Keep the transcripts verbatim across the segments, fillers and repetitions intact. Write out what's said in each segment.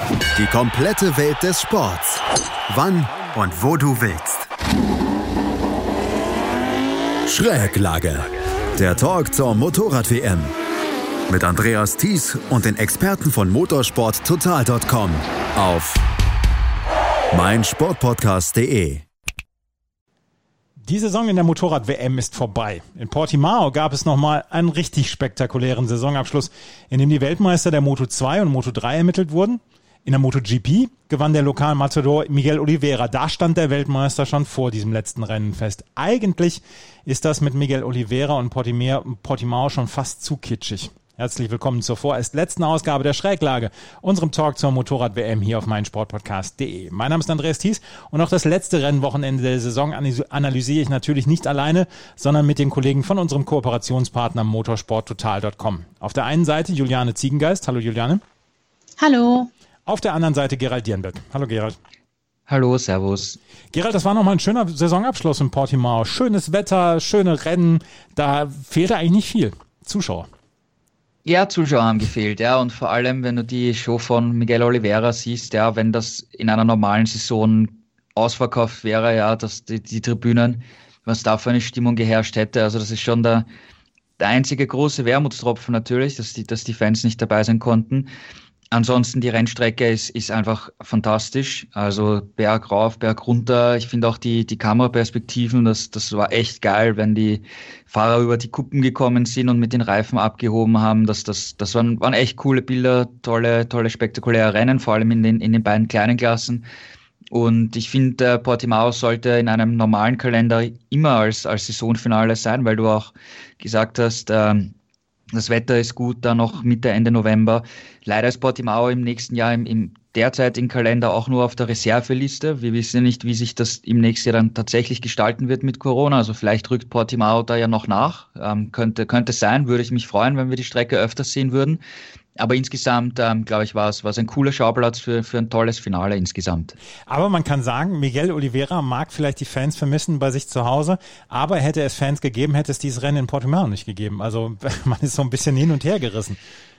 Die komplette Welt des Sports. Wann und wo du willst. Schräglage. Der Talk zur Motorrad-W M. Mit Andreas Thies und den Experten von motorsport total punkt com auf meinsportpodcast punkt de. Die Saison in der Motorrad-W M ist vorbei. In Portimao gab es nochmal einen richtig spektakulären Saisonabschluss, in dem die Weltmeister der Moto zwei und Moto drei ermittelt wurden. In der MotoGP gewann der Lokal-Matador Miguel Oliveira. Da stand der Weltmeister schon vor diesem letzten Rennen fest. Eigentlich ist das mit Miguel Oliveira und Portimao schon fast zu kitschig. Herzlich willkommen zur vorerst letzten Ausgabe der Schräglage, unserem Talk zur Motorrad-W M hier auf meinsportpodcast punkt de. Mein Name ist Andreas Thies und auch das letzte Rennwochenende der Saison analysiere ich natürlich nicht alleine, sondern mit den Kollegen von unserem Kooperationspartner motorsport total punkt com. Auf der einen Seite Juliane Ziegengeist. Hallo Juliane. Hallo. Auf der anderen Seite Gerald Dierenberg. Hallo Gerald. Hallo, servus. Gerald, das war nochmal ein schöner Saisonabschluss in Portimao. Schönes Wetter, schöne Rennen, da fehlte eigentlich nicht viel. Zuschauer. Ja, Zuschauer haben gefehlt, ja, und vor allem, wenn du die Show von Miguel Oliveira siehst, ja, wenn das in einer normalen Saison ausverkauft wäre, ja, dass die, die Tribünen, was da für eine Stimmung geherrscht hätte, also das ist schon der, der einzige große Wermutstropfen natürlich, dass die, dass die Fans nicht dabei sein konnten. Ansonsten die Rennstrecke ist, ist einfach fantastisch, also Berg rauf, Berg runter. Ich finde auch die, die Kameraperspektiven, das, das war echt geil, wenn die Fahrer über die Kuppen gekommen sind und mit den Reifen abgehoben haben. Das, das, das waren, waren echt coole Bilder, tolle, tolle, spektakuläre Rennen, vor allem in den, in den beiden kleinen Klassen. Und ich finde, Portimao sollte in einem normalen Kalender immer als, als Saisonfinale sein, weil du auch gesagt hast, ähm, das Wetter ist gut, da noch Mitte, Ende November. Leider ist Portimao im nächsten Jahr im, im derzeitigen Kalender auch nur auf der Reserveliste. Wir wissen nicht, wie sich das im nächsten Jahr dann tatsächlich gestalten wird mit Corona. Also vielleicht rückt Portimao da ja noch nach. Ähm, könnte, könnte sein, würde ich mich freuen, wenn wir die Strecke öfters sehen würden. Aber insgesamt, ähm, glaube ich, war es, war es ein cooler Schauplatz für, für ein tolles Finale insgesamt. Aber man kann sagen, Miguel Oliveira mag vielleicht die Fans vermissen bei sich zu Hause, aber hätte es Fans gegeben, hätte es dieses Rennen in Portimao nicht gegeben. Also man ist so ein bisschen hin und her gerissen.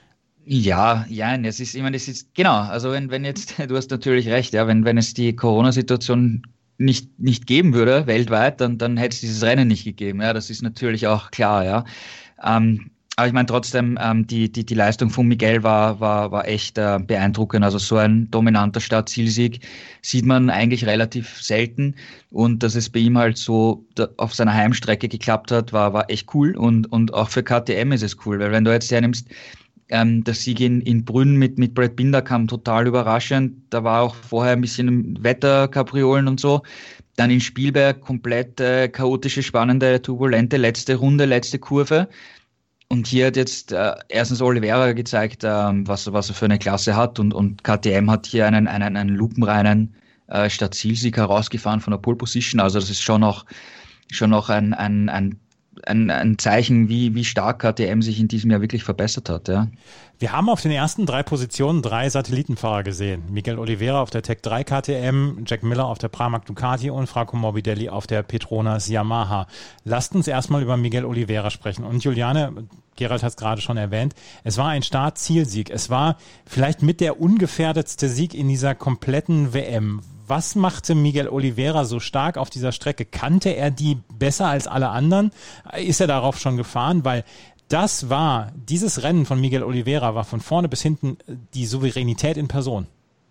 Ja, ja, es ist, ich meine, es ist, genau, also wenn, wenn jetzt, du hast natürlich recht, ja, wenn, wenn es die Corona-Situation nicht, nicht geben würde, weltweit, dann, dann hätte es dieses Rennen nicht gegeben, ja, das ist natürlich auch klar, ja. Ähm, Aber ich meine trotzdem, ähm, die, die, die Leistung von Miguel war, war, war echt äh, beeindruckend. Also so ein dominanter Start-Zielsieg sieht man eigentlich relativ selten. Und dass es bei ihm halt so da, auf seiner Heimstrecke geklappt hat, war, war echt cool. Und, und auch für K T M ist es cool, weil wenn du jetzt hernimmst, ähm, der Sieg in, in Brünn mit, mit Brad Binder kam total überraschend. Da war auch vorher ein bisschen Wetterkapriolen und so. Dann in Spielberg komplett äh, chaotische, spannende, turbulente letzte Runde, letzte Kurve. Und hier hat jetzt äh, erstens Oliveira gezeigt, ähm, was, was er für eine Klasse hat, und, und K T M hat hier einen, einen, einen lupenreinen äh, Start-Zielsieg herausgefahren von der Pole Position. Also das ist schon noch, schon noch ein, ein, ein, ein, ein Zeichen, wie, wie stark K T M sich in diesem Jahr wirklich verbessert hat. Ja. Wir haben auf den ersten drei Positionen drei Satellitenfahrer gesehen. Miguel Oliveira auf der Tech drei K T M, Jack Miller auf der Pramac Ducati und Franco Morbidelli auf der Petronas Yamaha. Lasst uns erstmal über Miguel Oliveira sprechen. Und Juliane, Gerald hat es gerade schon erwähnt, es war ein Start-Zielsieg. Es war vielleicht mit der ungefährdetste Sieg in dieser kompletten W M. Was machte Miguel Oliveira so stark auf dieser Strecke? Kannte er die besser als alle anderen? Ist er darauf schon gefahren? Weil das war, dieses Rennen von Miguel Oliveira war von vorne bis hinten die Souveränität in Person.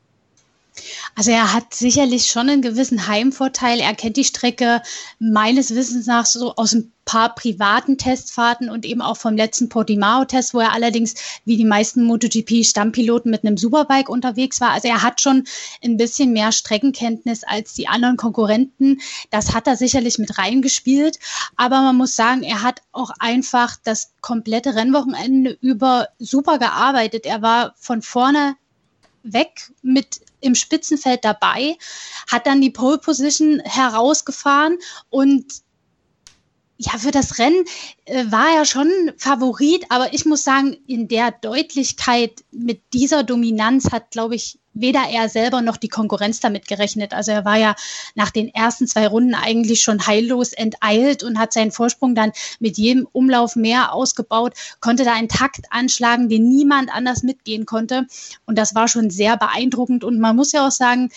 Also er hat sicherlich schon einen gewissen Heimvorteil. Er kennt die Strecke meines Wissens nach so aus ein paar privaten Testfahrten und eben auch vom letzten Portimao-Test, wo er allerdings wie die meisten MotoGP-Stammpiloten mit einem Superbike unterwegs war. Also er hat schon ein bisschen mehr Streckenkenntnis als die anderen Konkurrenten. Das hat er sicherlich mit reingespielt. Aber man muss sagen, er hat auch einfach das komplette Rennwochenende über super gearbeitet. Er war von vorne weg mit im Spitzenfeld dabei, hat dann die Pole Position herausgefahren und Ja, für das Rennen äh, war er schon Favorit, aber ich muss sagen, in der Deutlichkeit mit dieser Dominanz hat, glaube ich, weder er selber noch die Konkurrenz damit gerechnet. Also er war ja nach den ersten zwei Runden eigentlich schon heillos enteilt und hat seinen Vorsprung dann mit jedem Umlauf mehr ausgebaut, konnte da einen Takt anschlagen, den niemand anders mitgehen konnte. Und das war schon sehr beeindruckend. Und man muss ja auch sagen,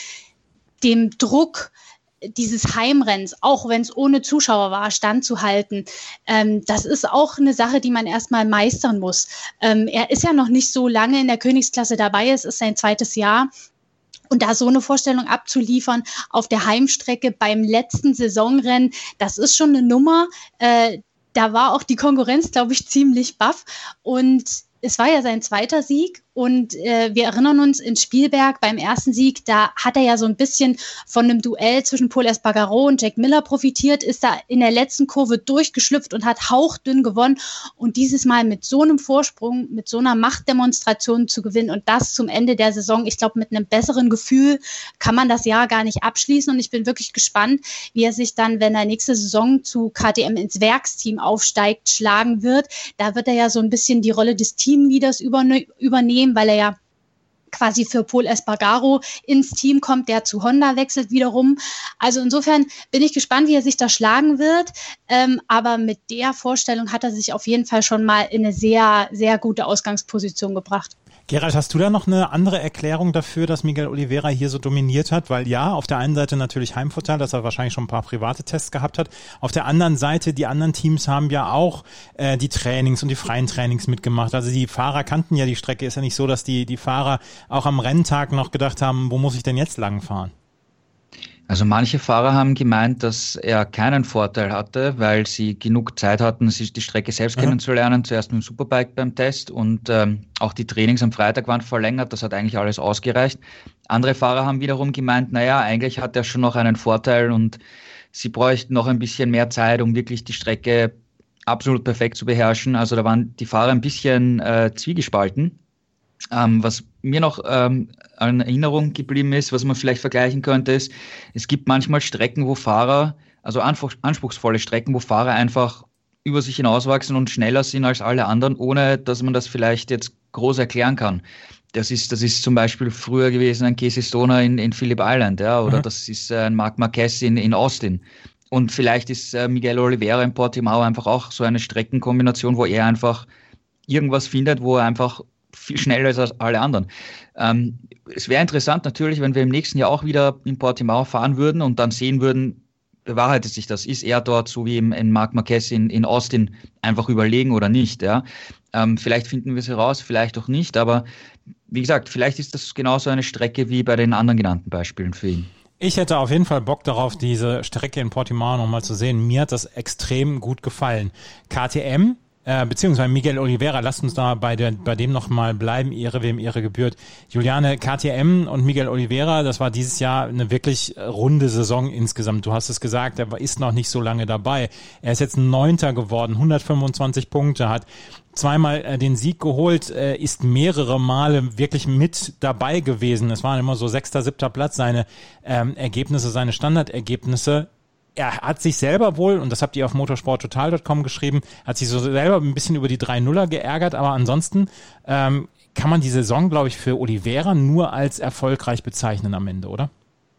dem Druck dieses Heimrenns, auch wenn es ohne Zuschauer war, standzuhalten, ähm, das ist auch eine Sache, die man erstmal meistern muss. Ähm, er ist ja noch nicht so lange in der Königsklasse dabei, es ist sein zweites Jahr. Und da so eine Vorstellung abzuliefern auf der Heimstrecke beim letzten Saisonrennen, das ist schon eine Nummer. Äh, da war auch die Konkurrenz, glaube ich, ziemlich baff. Und es war ja sein zweiter Sieg und äh, wir erinnern uns in Spielberg beim ersten Sieg, da hat er ja so ein bisschen von einem Duell zwischen Pol Espargaro und Jack Miller profitiert, ist da in der letzten Kurve durchgeschlüpft und hat hauchdünn gewonnen und dieses Mal mit so einem Vorsprung, mit so einer Machtdemonstration zu gewinnen und das zum Ende der Saison, ich glaube mit einem besseren Gefühl kann man das Jahr gar nicht abschließen und ich bin wirklich gespannt, wie er sich dann, wenn er nächste Saison zu K T M ins Werksteam aufsteigt, schlagen wird. Da wird er ja so ein bisschen die Rolle des Teamleaders überne- übernehmen, weil er ja quasi für Pol Espargaro ins Team kommt, der zu Honda wechselt wiederum. Also insofern bin ich gespannt, wie er sich da schlagen wird. Ähm, aber mit der Vorstellung hat er sich auf jeden Fall schon mal in eine sehr, sehr gute Ausgangsposition gebracht. Gerald, hast du da noch eine andere Erklärung dafür, dass Miguel Oliveira hier so dominiert hat? Weil ja, auf der einen Seite natürlich Heimvorteil, dass er wahrscheinlich schon ein paar private Tests gehabt hat. Auf der anderen Seite, die anderen Teams haben ja auch äh, die Trainings und die freien Trainings mitgemacht. Also die Fahrer kannten ja die Strecke. Ist ja nicht so, dass die, die Fahrer auch am Renntag noch gedacht haben, wo muss ich denn jetzt lang fahren? Also manche Fahrer haben gemeint, dass er keinen Vorteil hatte, weil sie genug Zeit hatten, sich die Strecke selbst ja. kennenzulernen. Zuerst mit dem Superbike beim Test und ähm, auch die Trainings am Freitag waren verlängert. Das hat eigentlich alles ausgereicht. Andere Fahrer haben wiederum gemeint, naja, eigentlich hat er schon noch einen Vorteil und sie bräuchten noch ein bisschen mehr Zeit, um wirklich die Strecke absolut perfekt zu beherrschen. Also da waren die Fahrer ein bisschen äh, zwiegespalten. Ähm, was mir noch ähm, an Erinnerung geblieben ist, was man vielleicht vergleichen könnte, ist, es gibt manchmal Strecken, wo Fahrer, also anspruch, anspruchsvolle Strecken, wo Fahrer einfach über sich hinauswachsen und schneller sind als alle anderen, ohne dass man das vielleicht jetzt groß erklären kann. Das ist, das ist zum Beispiel früher gewesen ein Casey Stoner in, in Phillip Island, ja, oder mhm. das ist ein Marc Marquez in, in Austin. Und vielleicht ist äh, Miguel Oliveira in Portimao einfach auch so eine Streckenkombination, wo er einfach irgendwas findet, wo er einfach viel schneller ist als alle anderen. Ähm, es wäre interessant natürlich, wenn wir im nächsten Jahr auch wieder in Portimao fahren würden und dann sehen würden, bewahrheitet sich das? Ist er dort, so wie im, in Marc Marquez in, in Austin, einfach überlegen oder nicht? Ja? Ähm, vielleicht finden wir es heraus, vielleicht auch nicht, aber wie gesagt, vielleicht ist das genauso eine Strecke wie bei den anderen genannten Beispielen für ihn. Ich hätte auf jeden Fall Bock darauf, diese Strecke in Portimao nochmal zu sehen. Mir hat das extrem gut gefallen. K T M, Äh, beziehungsweise Miguel Oliveira, lasst uns da bei, der, bei dem nochmal bleiben, Ehre wem Ehre gebührt. Juliane, K T M und Miguel Oliveira, das war dieses Jahr eine wirklich runde Saison insgesamt. Du hast es gesagt, er ist noch nicht so lange dabei. Er ist jetzt Neunter geworden, hundertfünfundzwanzig Punkte, hat zweimal äh, den Sieg geholt, äh, ist mehrere Male wirklich mit dabei gewesen. Es waren immer so sechster, siebter Platz, seine ähm, Ergebnisse, seine Standardergebnisse. Er hat sich selber wohl, und das habt ihr auf motorsport total punkt com geschrieben, hat sich so selber ein bisschen über die drei Nuller geärgert, aber ansonsten ähm, kann man die Saison, glaube ich, für Oliveira nur als erfolgreich bezeichnen am Ende, oder?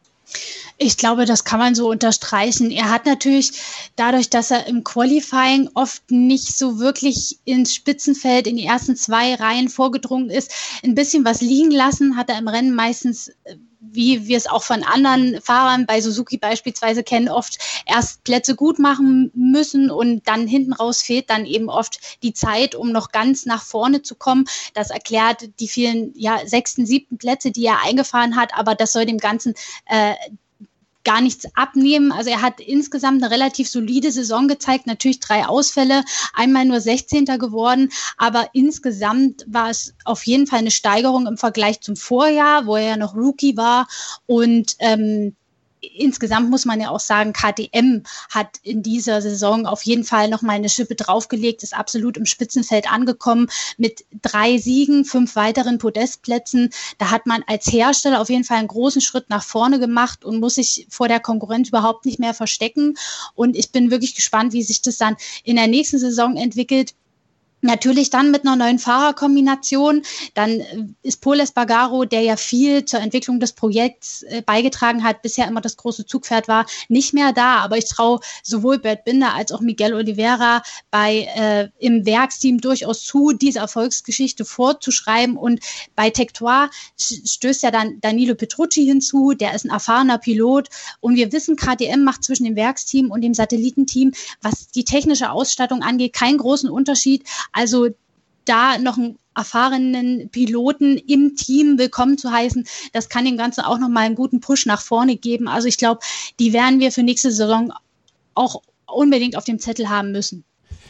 Ich glaube, das kann man so unterstreichen. Er hat natürlich dadurch, dass er im Qualifying oft nicht so wirklich ins Spitzenfeld in die ersten zwei Reihen vorgedrungen ist, ein bisschen was liegen lassen, hat er im Rennen meistens, wie wir es auch von anderen Fahrern bei Suzuki beispielsweise kennen, oft erst Plätze gut machen müssen und dann hinten raus fehlt dann eben oft die Zeit, um noch ganz nach vorne zu kommen. Das erklärt die vielen ja, sechsten, siebten Plätze, die er eingefahren hat, aber das soll dem Ganzen äh, gar nichts abnehmen. Also er hat insgesamt eine relativ solide Saison gezeigt, natürlich drei Ausfälle, einmal nur sechzehnter geworden, aber insgesamt war es auf jeden Fall eine Steigerung im Vergleich zum Vorjahr, wo er ja noch Rookie war und ähm, insgesamt muss man ja auch sagen, K T M hat in dieser Saison auf jeden Fall nochmal eine Schippe draufgelegt, ist absolut im Spitzenfeld angekommen mit drei Siegen, fünf weiteren Podestplätzen. Da hat man als Hersteller auf jeden Fall einen großen Schritt nach vorne gemacht und muss sich vor der Konkurrenz überhaupt nicht mehr verstecken. Und ich bin wirklich gespannt, wie sich das dann in der nächsten Saison entwickelt. Natürlich dann mit einer neuen Fahrerkombination. Dann ist Pol Espargaro, der ja viel zur Entwicklung des Projekts äh, beigetragen hat, bisher immer das große Zugpferd war, nicht mehr da. Aber ich traue sowohl Brad Binder als auch Miguel Oliveira bei äh, im Werksteam durchaus zu, diese Erfolgsgeschichte fortzuschreiben. Und bei Tectoire stößt ja dann Danilo Petrucci hinzu. Der ist ein erfahrener Pilot. Und wir wissen, K T M macht zwischen dem Werksteam und dem Satellitenteam, was die technische Ausstattung angeht, keinen großen Unterschied. Also da noch einen erfahrenen Piloten im Team willkommen zu heißen, das kann dem Ganzen auch nochmal einen guten Push nach vorne geben. Also ich glaube, die werden wir für nächste Saison auch unbedingt auf dem Zettel haben müssen.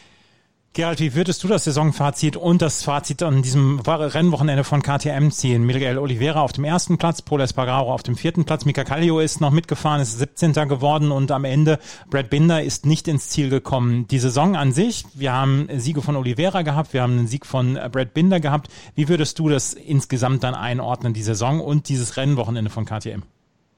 Gerald, wie würdest du das Saisonfazit und das Fazit an diesem Rennwochenende von K T M ziehen? Miguel Oliveira auf dem ersten Platz, Pol Espargaro auf dem vierten Platz, Mika Kallio ist noch mitgefahren, ist siebzehnter geworden und am Ende Brad Binder ist nicht ins Ziel gekommen. Die Saison an sich, wir haben Siege von Oliveira gehabt, wir haben einen Sieg von Brad Binder gehabt. Wie würdest du das insgesamt dann einordnen, die Saison und dieses Rennwochenende von K T M?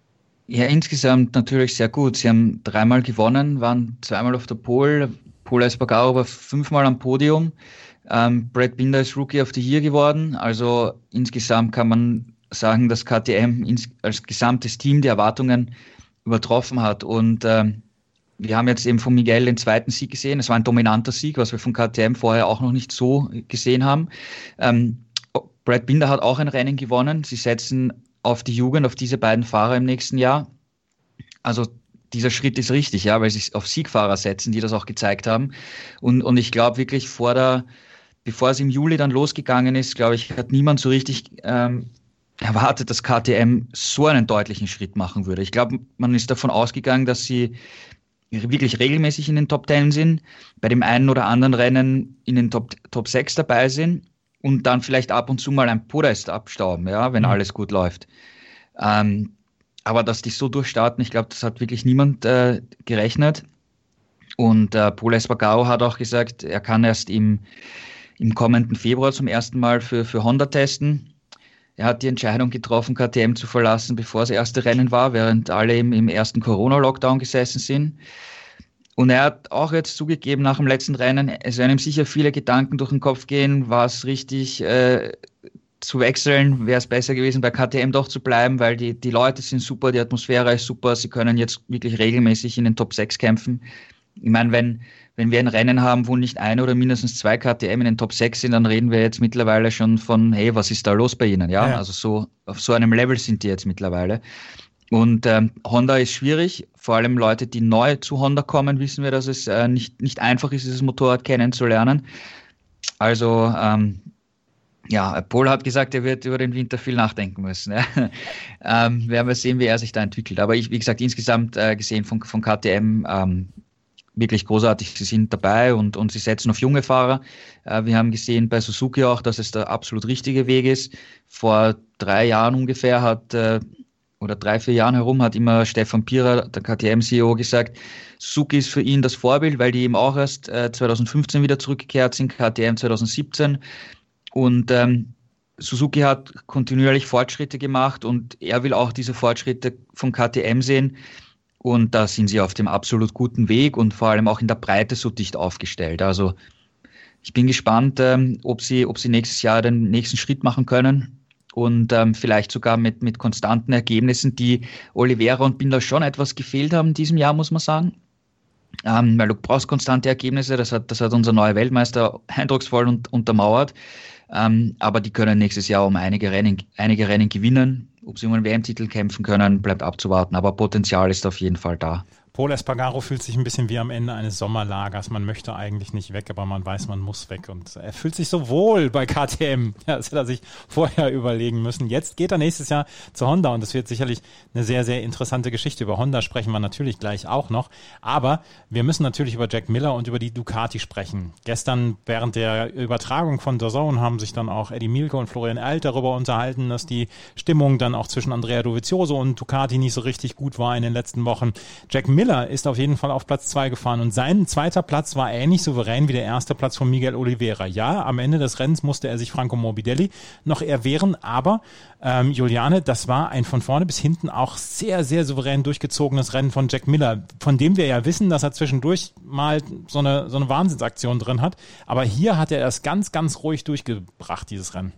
Ja, insgesamt natürlich sehr gut. Sie haben dreimal gewonnen, waren zweimal auf der Pole. Pol Espargaro war fünfmal am Podium. Ähm, Brad Binder ist Rookie of the Year geworden. Also insgesamt kann man sagen, dass K T M ins, als gesamtes Team die Erwartungen übertroffen hat. Und ähm, wir haben jetzt eben von Miguel den zweiten Sieg gesehen. Es war ein dominanter Sieg, was wir von K T M vorher auch noch nicht so gesehen haben. Ähm, Brad Binder hat auch ein Rennen gewonnen. Sie setzen auf die Jugend, auf diese beiden Fahrer im nächsten Jahr. Also dieser Schritt ist richtig, ja, weil sie auf Siegfahrer setzen, die das auch gezeigt haben. Und, und ich glaube wirklich vor der, bevor es im Juli dann losgegangen ist, glaube ich, hat niemand so richtig ähm, erwartet, dass K T M so einen deutlichen Schritt machen würde. Ich glaube, man ist davon ausgegangen, dass sie wirklich regelmäßig in den Top Ten sind, bei dem einen oder anderen Rennen in den Top, Top sechs dabei sind und dann vielleicht ab und zu mal ein Podest abstauben, ja, wenn mhm. alles gut läuft. Ähm, Aber dass die so durchstarten, ich glaube, das hat wirklich niemand äh, gerechnet. Und äh, Pol Espargaro hat auch gesagt, er kann erst im, im kommenden Februar zum ersten Mal für, für Honda testen. Er hat die Entscheidung getroffen, K T M zu verlassen, bevor das erste Rennen war, während alle im, im ersten Corona-Lockdown gesessen sind. Und er hat auch jetzt zugegeben, nach dem letzten Rennen, es werden ihm sicher viele Gedanken durch den Kopf gehen, war es richtig äh, zu wechseln, wäre es besser gewesen, bei K T M doch zu bleiben, weil die, die Leute sind super, die Atmosphäre ist super, sie können jetzt wirklich regelmäßig in den Top sechs kämpfen. Ich meine, wenn, wenn wir ein Rennen haben, wo nicht ein oder mindestens zwei K T M in den Top sechs sind, dann reden wir jetzt mittlerweile schon von, hey, was ist da los bei ihnen? Ja, ja. Also so auf so einem Level sind die jetzt mittlerweile. Und ähm, Honda ist schwierig, vor allem Leute, die neu zu Honda kommen, wissen wir, dass es äh, nicht, nicht einfach ist, dieses Motorrad kennenzulernen. Also, ähm, ja, Pol hat gesagt, er wird über den Winter viel nachdenken müssen. Ja. ähm, werden wir sehen, wie er sich da entwickelt. Aber ich, wie gesagt, insgesamt äh, gesehen von, von K T M ähm, wirklich großartig. Sie sind dabei und, und sie setzen auf junge Fahrer. Äh, wir haben gesehen bei Suzuki auch, dass es der absolut richtige Weg ist. Vor drei Jahren ungefähr hat, äh, oder drei, vier Jahren herum, hat immer Stefan Pierer, der K T M-C E O, gesagt, Suzuki ist für ihn das Vorbild, weil die eben auch erst äh, zwanzig fünfzehn wieder zurückgekehrt sind, K T M zwanzig siebzehn. Und ähm, Suzuki hat kontinuierlich Fortschritte gemacht und er will auch diese Fortschritte von K T M sehen. Und da sind sie auf dem absolut guten Weg und vor allem auch in der Breite so dicht aufgestellt. Also ich bin gespannt, ähm, ob sie, ob sie nächstes Jahr den nächsten Schritt machen können und ähm, vielleicht sogar mit, mit konstanten Ergebnissen, die Oliveira und Binder schon etwas gefehlt haben in diesem Jahr, muss man sagen. Ähm, weil du brauchst konstante Ergebnisse, das hat, das hat unser neuer Weltmeister eindrucksvoll und, untermauert. Ähm, aber die können nächstes Jahr um einige Rennen, einige Rennen gewinnen. Ob sie um einen W M-Titel kämpfen können, bleibt abzuwarten. Aber Potenzial ist auf jeden Fall da. Pol Espargaro fühlt sich ein bisschen wie am Ende eines Sommerlagers. Man möchte eigentlich nicht weg, aber man weiß, man muss weg. Und er fühlt sich so wohl bei K T M. Ja, das hätte er sich vorher überlegen müssen. Jetzt geht er nächstes Jahr zu Honda und das wird sicherlich eine sehr, sehr interessante Geschichte. Über Honda sprechen wir natürlich gleich auch noch. Aber wir müssen natürlich über Jack Miller und über die Ducati sprechen. Gestern während der Übertragung von D A Z N haben sich dann auch Eddie Mielke und Florian Alt darüber unterhalten, dass die Stimmung dann auch zwischen Andrea Dovizioso und Ducati nicht so richtig gut war in den letzten Wochen. Jack Miller Miller ist auf jeden Fall auf Platz zwei gefahren und sein zweiter Platz war ähnlich souverän wie der erste Platz von Miguel Oliveira. Ja, am Ende des Rennens musste er sich Franco Morbidelli noch erwehren, aber ähm, Juliane, das war ein von vorne bis hinten auch sehr, sehr souverän durchgezogenes Rennen von Jack Miller, von dem wir ja wissen, dass er zwischendurch mal so eine, so eine Wahnsinnsaktion drin hat, aber hier hat er das ganz, ganz ruhig durchgebracht, dieses Rennen.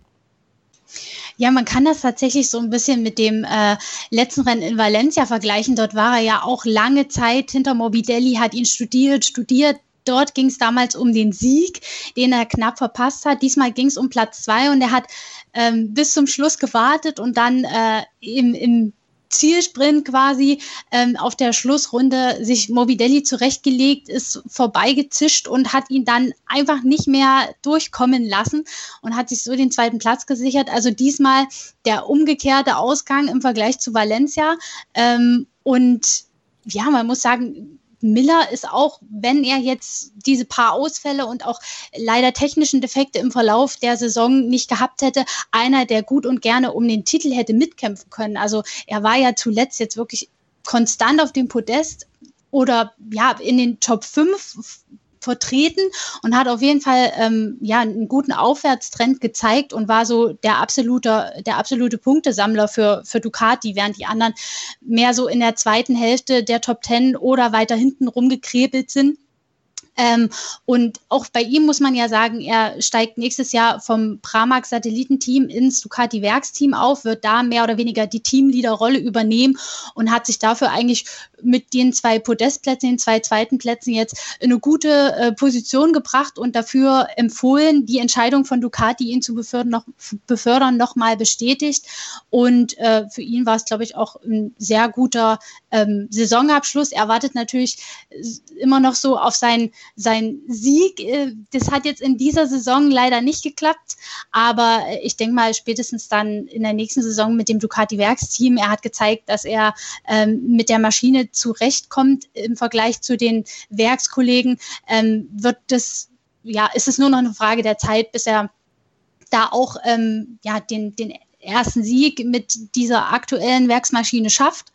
Ja, man kann das tatsächlich so ein bisschen mit dem äh, letzten Rennen in Valencia vergleichen. Dort war er ja auch lange Zeit hinter Morbidelli, hat ihn studiert, studiert. Dort ging es damals um den Sieg, den er knapp verpasst hat. Diesmal ging es um Platz zwei und er hat ähm, bis zum Schluss gewartet und dann äh, im, im Zielsprint quasi ähm, auf der Schlussrunde sich Morbidelli zurechtgelegt, ist vorbeigezischt und hat ihn dann einfach nicht mehr durchkommen lassen und hat sich so den zweiten Platz gesichert. Also diesmal der umgekehrte Ausgang im Vergleich zu Valencia. Ähm, und ja, man muss sagen, Miller ist auch, wenn er jetzt diese paar Ausfälle und auch leider technischen Defekte im Verlauf der Saison nicht gehabt hätte, einer, der gut und gerne um den Titel hätte mitkämpfen können. Also er war ja zuletzt jetzt wirklich konstant auf dem Podest oder ja in den Top fünf vertreten und hat auf jeden Fall ähm, ja einen guten Aufwärtstrend gezeigt und war so der absolute der absolute Punktesammler für für Ducati, während die anderen mehr so in der zweiten Hälfte der Top Ten oder weiter hinten rumgekrebelt sind. Ähm, und auch bei ihm muss man ja sagen, er steigt nächstes Jahr vom Pramac-Satellitenteam ins Ducati-Werksteam auf, wird da mehr oder weniger die Teamleaderrolle übernehmen und hat sich dafür eigentlich mit den zwei Podestplätzen, den zwei zweiten Plätzen jetzt in eine gute äh, Position gebracht und dafür empfohlen, die Entscheidung von Ducati, ihn zu befördern, noch, befördern, noch mal bestätigt. Und äh, für ihn war es, glaube ich, auch ein sehr guter ähm, Saisonabschluss. Er wartet natürlich immer noch so auf seinen sein Sieg. Das hat jetzt in dieser Saison leider nicht geklappt, aber ich denke mal spätestens dann in der nächsten Saison mit dem Ducati-Werksteam. Er hat gezeigt, dass er ähm, mit der Maschine zurechtkommt im Vergleich zu den Werkskollegen. Ähm, wird das, ja, ist es nur noch eine Frage der Zeit, bis er da auch ähm, ja, den, den ersten Sieg mit dieser aktuellen Werksmaschine schafft.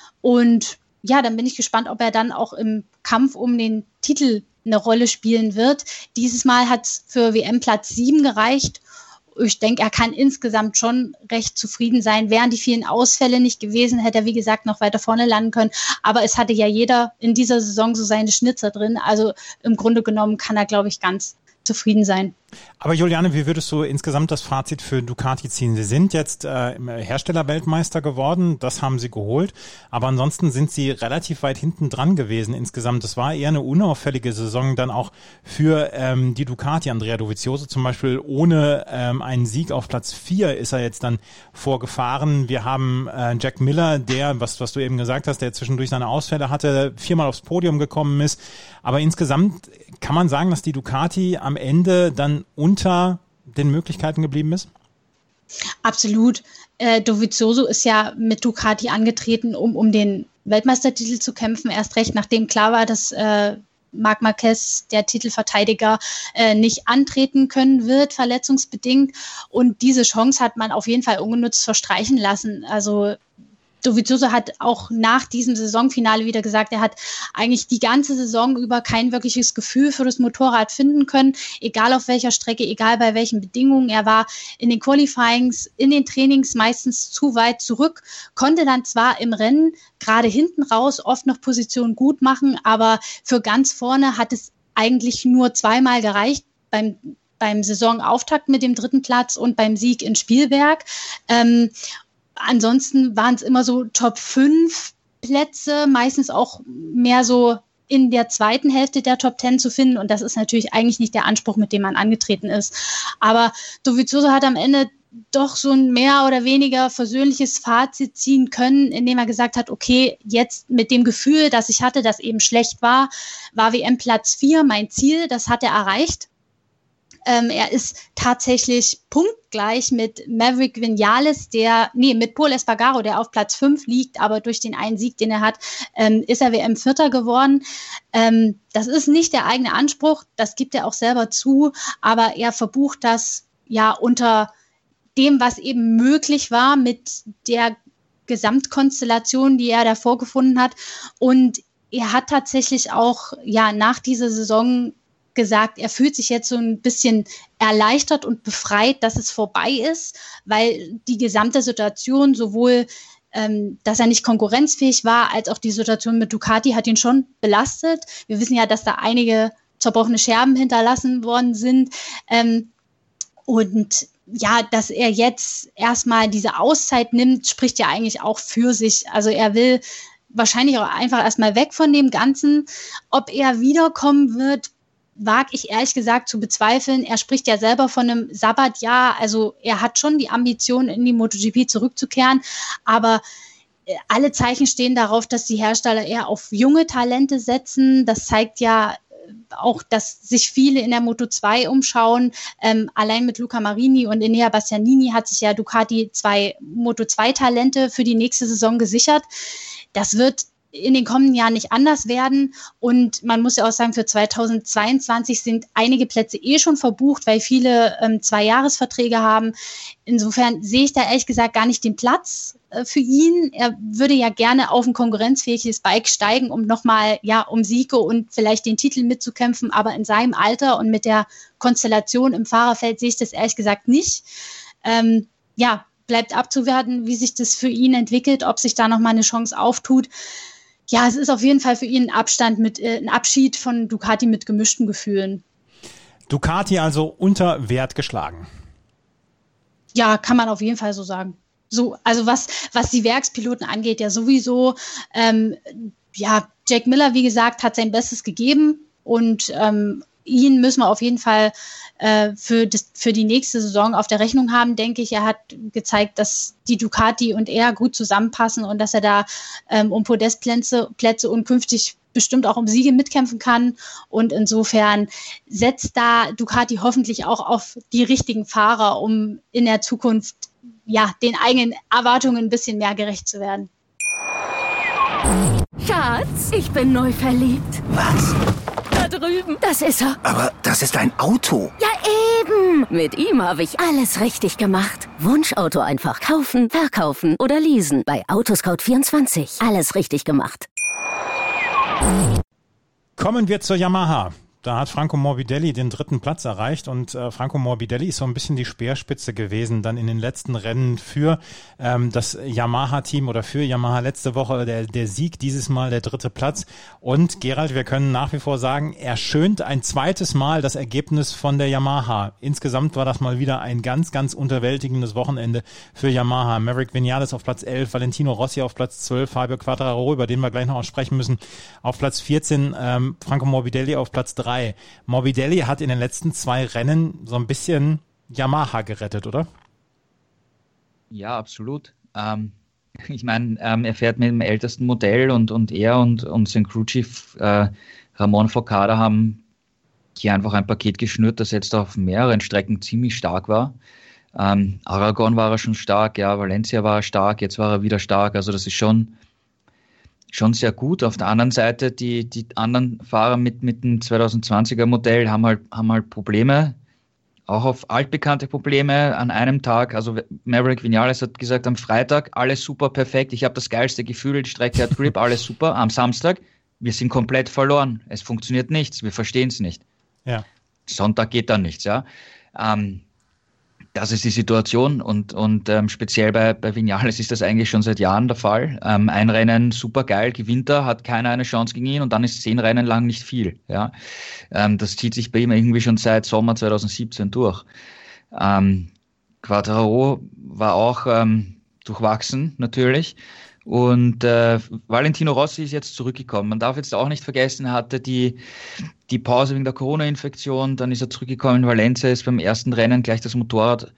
Und ja, dann bin ich gespannt, ob er dann auch im Kampf um den Titel eine Rolle spielen wird. Dieses Mal hat es für W M Platz sieben gereicht. Ich denke, er kann insgesamt schon recht zufrieden sein. Wären die vielen Ausfälle nicht gewesen, hätte er, wie gesagt, noch weiter vorne landen können. Aber es hatte ja jeder in dieser Saison so seine Schnitzer drin. Also im Grunde genommen kann er, glaube ich, ganz zufrieden sein. Aber Juliane, wie würdest du insgesamt das Fazit für Ducati ziehen? Sie sind jetzt äh, Herstellerweltmeister geworden, das haben sie geholt, aber ansonsten sind sie relativ weit hinten dran gewesen insgesamt. Das war eher eine unauffällige Saison dann auch für ähm, die Ducati. Andrea Dovizioso zum Beispiel ohne ähm, einen Sieg auf Platz vier ist er jetzt dann vorgefahren. Wir haben äh, Jack Miller, der, was, was du eben gesagt hast, der zwischendurch seine Ausfälle hatte, viermal aufs Podium gekommen ist. Aber insgesamt kann man sagen, dass die Ducati am Ende dann unter den Möglichkeiten geblieben ist? Absolut. Äh, Dovizioso ist ja mit Ducati angetreten, um um den Weltmeistertitel zu kämpfen. Erst recht, nachdem klar war, dass äh, Marc Marquez, der Titelverteidiger, äh, nicht antreten können wird, verletzungsbedingt. Und diese Chance hat man auf jeden Fall ungenutzt verstreichen lassen. Also Dovizioso hat auch nach diesem Saisonfinale wieder gesagt, er hat eigentlich die ganze Saison über kein wirkliches Gefühl für das Motorrad finden können, egal auf welcher Strecke, egal bei welchen Bedingungen. Er war in den Qualifyings, in den Trainings meistens zu weit zurück, konnte dann zwar im Rennen gerade hinten raus oft noch Positionen gut machen, aber für ganz vorne hat es eigentlich nur zweimal gereicht, beim beim Saisonauftakt mit dem dritten Platz und beim Sieg in Spielberg. Ähm, Ansonsten waren es immer so Top fünf Plätze, meistens auch mehr so in der zweiten Hälfte der Top Ten zu finden. Und das ist natürlich eigentlich nicht der Anspruch, mit dem man angetreten ist. Aber Dovizioso hat am Ende doch so ein mehr oder weniger versöhnliches Fazit ziehen können, indem er gesagt hat, okay, jetzt mit dem Gefühl, das ich hatte, das eben schlecht war, war W M Platz vier mein Ziel, das hat er erreicht. Ähm, er ist tatsächlich punktgleich mit Maverick Vinales, der, nee, mit Pol Espargaro, der auf Platz fünf liegt, aber durch den einen Sieg, den er hat, ähm, ist er W M-Vierter geworden. Ähm, das ist nicht der eigene Anspruch, das gibt er auch selber zu, aber er verbucht das ja unter dem, was eben möglich war mit der Gesamtkonstellation, die er da vorgefunden hat. Und er hat tatsächlich auch ja nach dieser Saison gesagt, er fühlt sich jetzt so ein bisschen erleichtert und befreit, dass es vorbei ist, weil die gesamte Situation, sowohl ähm, dass er nicht konkurrenzfähig war, als auch die Situation mit Ducati hat ihn schon belastet. Wir wissen ja, dass da einige zerbrochene Scherben hinterlassen worden sind. Ähm, und ja, dass er jetzt erstmal diese Auszeit nimmt, spricht ja eigentlich auch für sich. Also er will wahrscheinlich auch einfach erstmal weg von dem Ganzen. Ob er wiederkommen wird, wage ich ehrlich gesagt zu bezweifeln. Er spricht ja selber von einem Sabbatjahr, also er hat schon die Ambition, in die MotoGP zurückzukehren, aber alle Zeichen stehen darauf, dass die Hersteller eher auf junge Talente setzen. Das zeigt ja auch, dass sich viele in der Moto zwei umschauen. Ähm, allein mit Luca Marini und Enea Bastianini hat sich ja Ducati zwei Moto zwei Talente für die nächste Saison gesichert. Das wird in den kommenden Jahren nicht anders werden. Und man muss ja auch sagen, für zweitausendzweiundzwanzig sind einige Plätze eh schon verbucht, weil viele ähm, Zwei-Jahres-Verträge haben. Insofern sehe ich da ehrlich gesagt gar nicht den Platz äh, für ihn. Er würde ja gerne auf ein konkurrenzfähiges Bike steigen, um nochmal ja, um Siege und vielleicht den Titel mitzukämpfen. Aber in seinem Alter und mit der Konstellation im Fahrerfeld sehe ich das ehrlich gesagt nicht. Ähm, ja, bleibt abzuwarten, wie sich das für ihn entwickelt, ob sich da nochmal eine Chance auftut. Ja, es ist auf jeden Fall für ihn ein Abstand mit, äh, ein Abschied von Ducati mit gemischten Gefühlen. Ducati also unter Wert geschlagen. Ja, kann man auf jeden Fall so sagen. So, also was, was die Werkspiloten angeht, ja sowieso. Ähm, ja, Jack Miller, wie gesagt, hat sein Bestes gegeben und ähm, ihn müssen wir auf jeden Fall äh, für, das, für die nächste Saison auf der Rechnung haben, denke ich. Er hat gezeigt, dass die Ducati und er gut zusammenpassen und dass er da ähm, um Podestplätze Plätze und künftig bestimmt auch um Siege mitkämpfen kann. Und insofern setzt da Ducati hoffentlich auch auf die richtigen Fahrer, um in der Zukunft ja den eigenen Erwartungen ein bisschen mehr gerecht zu werden. Schatz, ich bin neu verliebt. Was? Da drüben. Das ist er. Aber das ist ein Auto. Ja, eben. Mit ihm habe ich alles richtig gemacht. Wunschauto einfach kaufen, verkaufen oder leasen. Bei Autoscout vierundzwanzig. Alles richtig gemacht. Kommen wir zur Yamaha. Da hat Franco Morbidelli den dritten Platz erreicht und äh, Franco Morbidelli ist so ein bisschen die Speerspitze gewesen dann in den letzten Rennen für ähm, das Yamaha-Team oder für Yamaha letzte Woche. Der, der Sieg, dieses Mal der dritte Platz. Und Gerald, wir können nach wie vor sagen, er schönt ein zweites Mal das Ergebnis von der Yamaha. Insgesamt war das mal wieder ein ganz, ganz unterwältigendes Wochenende für Yamaha. Maverick Vinales auf Platz elf, Valentino Rossi auf Platz zwölf, Fabio Quartararo, über den wir gleich noch sprechen müssen, auf Platz vierzehn, ähm, Franco Morbidelli auf Platz drei. Morbidelli hat in den letzten zwei Rennen so ein bisschen Yamaha gerettet, oder? Ja, absolut. Ähm, ich meine, ähm, er fährt mit dem ältesten Modell und, und er und, und sein Crewchief äh, Ramon Forcada haben hier einfach ein Paket geschnürt, das jetzt auf mehreren Strecken ziemlich stark war. Ähm, Aragon war er schon stark, ja, Valencia war er stark, jetzt war er wieder stark, also das ist schon schon sehr gut. Auf der anderen Seite, die, die anderen Fahrer mit, mit dem zweitausendzwanziger Modell haben halt, haben halt Probleme, auch auf altbekannte Probleme an einem Tag. Also Maverick Vinales hat gesagt, am Freitag alles super perfekt, ich habe das geilste Gefühl, die Strecke hat Grip, alles super. Am Samstag, wir sind komplett verloren, es funktioniert nichts, wir verstehen es nicht. Ja. Sonntag geht dann nichts, ja. Ähm, Das ist die Situation und, und ähm, speziell bei, bei Vinales ist das eigentlich schon seit Jahren der Fall. Ähm, ein Rennen super geil, gewinnt er, hat keiner eine Chance gegen ihn und dann ist zehn Rennen lang nicht viel. Ja, ähm, das zieht sich bei ihm irgendwie schon seit Sommer zweitausendsiebzehn durch. Ähm, Quartararo war auch ähm, durchwachsen natürlich und äh, Valentino Rossi ist jetzt zurückgekommen. Man darf jetzt auch nicht vergessen, er hatte die die Pause wegen der Corona-Infektion, dann ist er zurückgekommen in Valencia, ist beim ersten Rennen gleich das Motorrad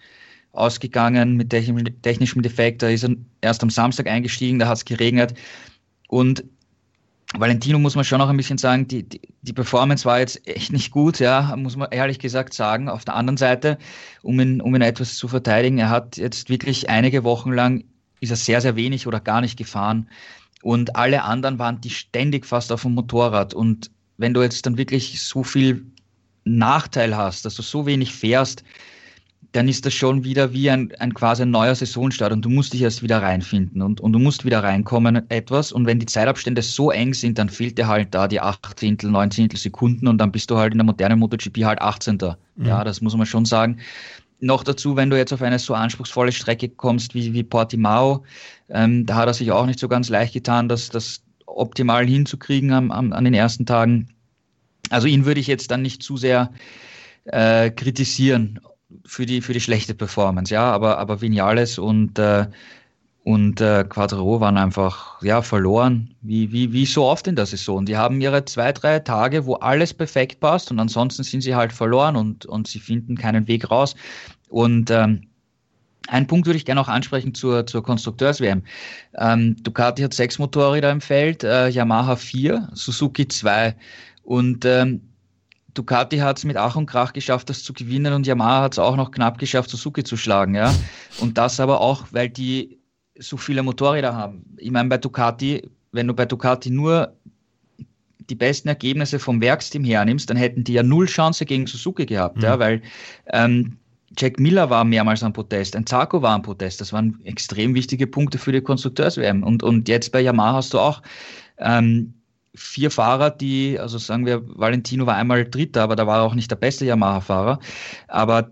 ausgegangen mit technischem Defekt. Da ist er erst am Samstag eingestiegen, da hat es geregnet. Und Valentino muss man schon noch ein bisschen sagen, die, die, die Performance war jetzt echt nicht gut, ja, muss man ehrlich gesagt sagen. Auf der anderen Seite, um ihn, um ihn etwas zu verteidigen, er hat jetzt wirklich einige Wochen lang, ist er sehr, sehr wenig oder gar nicht gefahren. Und alle anderen waren die ständig fast auf dem Motorrad. Und wenn du jetzt dann wirklich so viel Nachteil hast, dass du so wenig fährst, dann ist das schon wieder wie ein, ein quasi ein neuer Saisonstart und du musst dich erst wieder reinfinden und, und du musst wieder reinkommen etwas und wenn die Zeitabstände so eng sind, dann fehlt dir halt da die Achtzehntel, Neunzehntel Sekunden und dann bist du halt in der modernen MotoGP halt achtzehnter. Mhm. Ja, das muss man schon sagen. Noch dazu, wenn du jetzt auf eine so anspruchsvolle Strecke kommst wie, wie Portimao, ähm, da hat er sich auch nicht so ganz leicht getan, das, das optimal hinzukriegen am, am, an den ersten Tagen. Also ihn würde ich jetzt dann nicht zu sehr äh, kritisieren für die für die schlechte Performance, ja, aber aber Viñales und äh, und äh, Quartararo waren einfach ja verloren, wie wie wie so oft in der Saison. Die haben ihre zwei drei Tage, wo alles perfekt passt und ansonsten sind sie halt verloren und und sie finden keinen Weg raus. Und ähm, einen Punkt würde ich gerne auch ansprechen zur zur Konstrukteurs-W M. Ähm, Ducati hat sechs Motorräder im Feld, äh, Yamaha vier, Suzuki zwei und ähm, Ducati hat es mit Ach und Krach geschafft, das zu gewinnen und Yamaha hat es auch noch knapp geschafft, Suzuki zu schlagen. Ja? Und das aber auch, weil die so viele Motorräder haben. Ich meine, bei Ducati, wenn du bei Ducati nur die besten Ergebnisse vom Werksteam hernimmst, dann hätten die ja null Chance gegen Suzuki gehabt, mhm. ja? Weil ähm, Jack Miller war mehrmals am Podest, ein Zarco war am Podest. Das waren extrem wichtige Punkte für die Konstrukteurs-W M. Und, und jetzt bei Yamaha hast du auch ähm, vier Fahrer, die, also sagen wir, Valentino war einmal Dritter, aber da war er auch nicht der beste Yamaha-Fahrer. Aber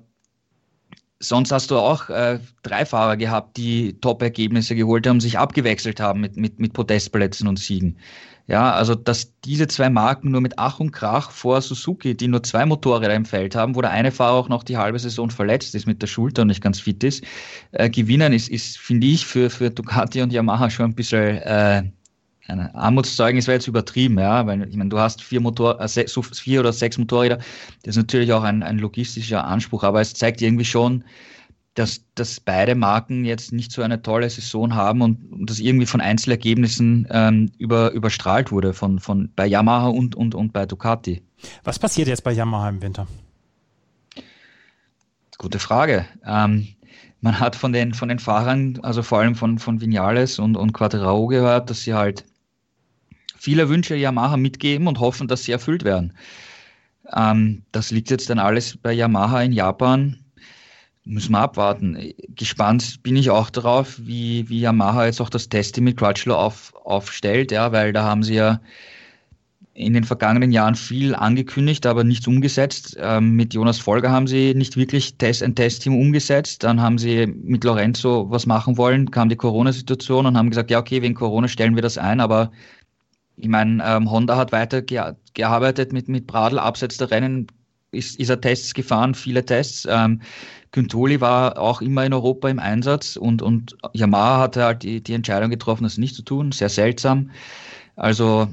sonst hast du auch äh, drei Fahrer gehabt, die Top-Ergebnisse geholt haben, sich abgewechselt haben mit, mit, mit Podestplätzen und Siegen. Ja, also dass diese zwei Marken nur mit Ach und Krach vor Suzuki, die nur zwei Motorräder im Feld haben, wo der eine Fahrer auch noch die halbe Saison verletzt ist mit der Schulter und nicht ganz fit ist, äh, gewinnen ist, ist finde ich, für, für Ducati und Yamaha schon ein bisschen äh, ein Armutszeugnis wäre jetzt übertrieben, ja, weil ich meine, du hast vier Motor, äh, sechs, vier oder sechs Motorräder, das ist natürlich auch ein, ein logistischer Anspruch, aber es zeigt irgendwie schon, dass, dass beide Marken jetzt nicht so eine tolle Saison haben und, und das irgendwie von Einzelergebnissen ähm, über, überstrahlt wurde von, von bei Yamaha und, und, und bei Ducati. Was passiert jetzt bei Yamaha im Winter? Gute Frage. Ähm, man hat von den, von den Fahrern, also vor allem von, von Viñales und, und Quartararo gehört, dass sie halt viele Wünsche Yamaha mitgeben und hoffen, dass sie erfüllt werden. Ähm, das liegt jetzt dann alles bei Yamaha in Japan. Müssen wir abwarten. Gespannt bin ich auch darauf, wie, wie Yamaha jetzt auch das Testing mit Crutchlow auf, aufstellt, ja, weil da haben sie ja in den vergangenen Jahren viel angekündigt, aber nichts umgesetzt. Ähm, mit Jonas Folger haben sie nicht wirklich Test, ein Testteam umgesetzt. Dann haben sie mit Lorenzo was machen wollen, kam die Corona-Situation und haben gesagt, ja okay, wegen Corona stellen wir das ein, aber ich meine, ähm, Honda hat weiter ge- gearbeitet mit, mit Pradl, abseits der Rennen ist, ist er Tests gefahren, viele Tests. Ähm, Quintoli war auch immer in Europa im Einsatz und, und Yamaha hatte halt die, die Entscheidung getroffen, das nicht zu tun. Sehr seltsam. Also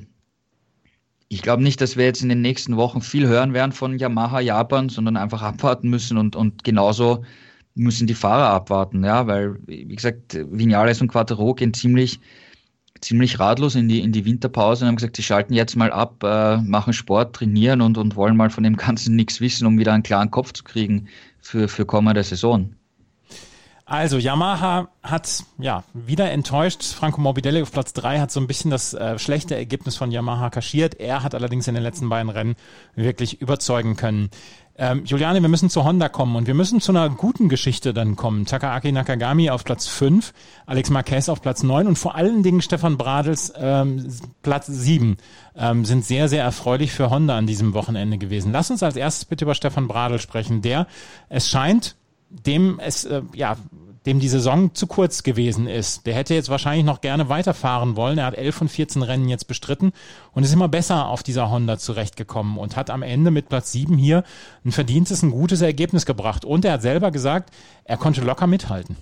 ich glaube nicht, dass wir jetzt in den nächsten Wochen viel hören werden von Yamaha Japan, sondern einfach abwarten müssen und, und genauso müssen die Fahrer abwarten, ja, weil, wie gesagt, Viñales und Quartararo gehen ziemlich, ziemlich ratlos in die, in die Winterpause und haben gesagt, sie schalten jetzt mal ab, äh, machen Sport, trainieren und, und wollen mal von dem Ganzen nichts wissen, um wieder einen klaren Kopf zu kriegen für, für kommende Saison. Also Yamaha hat ja wieder enttäuscht. Franco Morbidelli auf Platz drei hat so ein bisschen das äh, schlechte Ergebnis von Yamaha kaschiert. Er hat allerdings in den letzten beiden Rennen wirklich überzeugen können. Ähm, Juliane, wir müssen zu Honda kommen und wir müssen zu einer guten Geschichte dann kommen. Takaaki Nakagami auf Platz fünf, Alex Marquez auf Platz neun und vor allen Dingen Stefan Bradls ähm, Platz sieben ähm, sind sehr, sehr erfreulich für Honda an diesem Wochenende gewesen. Lass uns als erstes bitte über Stefan Bradl sprechen, der, es scheint, dem es äh, ja dem die Saison zu kurz gewesen ist. Der hätte jetzt wahrscheinlich noch gerne weiterfahren wollen. Er hat elf von vierzehn Rennen jetzt bestritten und ist immer besser auf dieser Honda zurechtgekommen und hat am Ende mit Platz sieben hier ein verdientes, ein gutes Ergebnis gebracht. Und er hat selber gesagt, er konnte locker mithalten.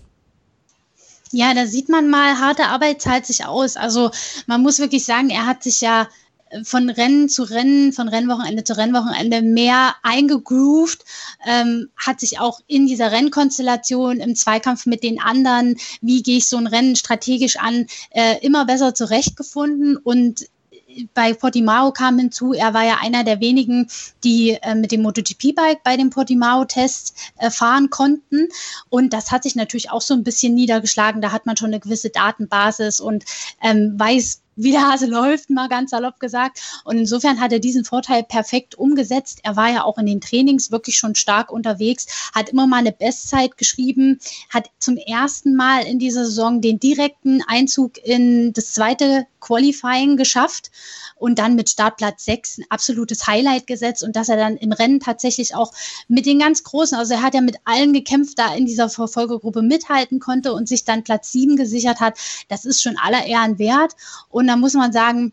Ja, da sieht man mal, harte Arbeit zahlt sich aus. Also man muss wirklich sagen, er hat sich ja von Rennen zu Rennen, von Rennwochenende zu Rennwochenende mehr eingegroovt, ähm, hat sich auch in dieser Rennkonstellation im Zweikampf mit den anderen, wie gehe ich so ein Rennen strategisch an, äh, immer besser zurechtgefunden. Und bei Portimao kam hinzu, er war ja einer der wenigen, die äh, mit dem MotoGP-Bike bei dem Portimao-Test äh, fahren konnten. Und das hat sich natürlich auch so ein bisschen niedergeschlagen. Da hat man schon eine gewisse Datenbasis und ähm, weiß, wie der Hase läuft, mal ganz salopp gesagt. Und insofern hat er diesen Vorteil perfekt umgesetzt. Er war ja auch in den Trainings wirklich schon stark unterwegs, hat immer mal eine Bestzeit geschrieben, hat zum ersten Mal in dieser Saison den direkten Einzug in das zweite Qualifying geschafft und dann mit Startplatz sechs ein absolutes Highlight gesetzt und dass er dann im Rennen tatsächlich auch mit den ganz Großen, also er hat ja mit allen gekämpft, da in dieser Verfolgergruppe mithalten konnte und sich dann Platz sieben gesichert hat. Das ist schon aller Ehren wert. Und da muss man sagen,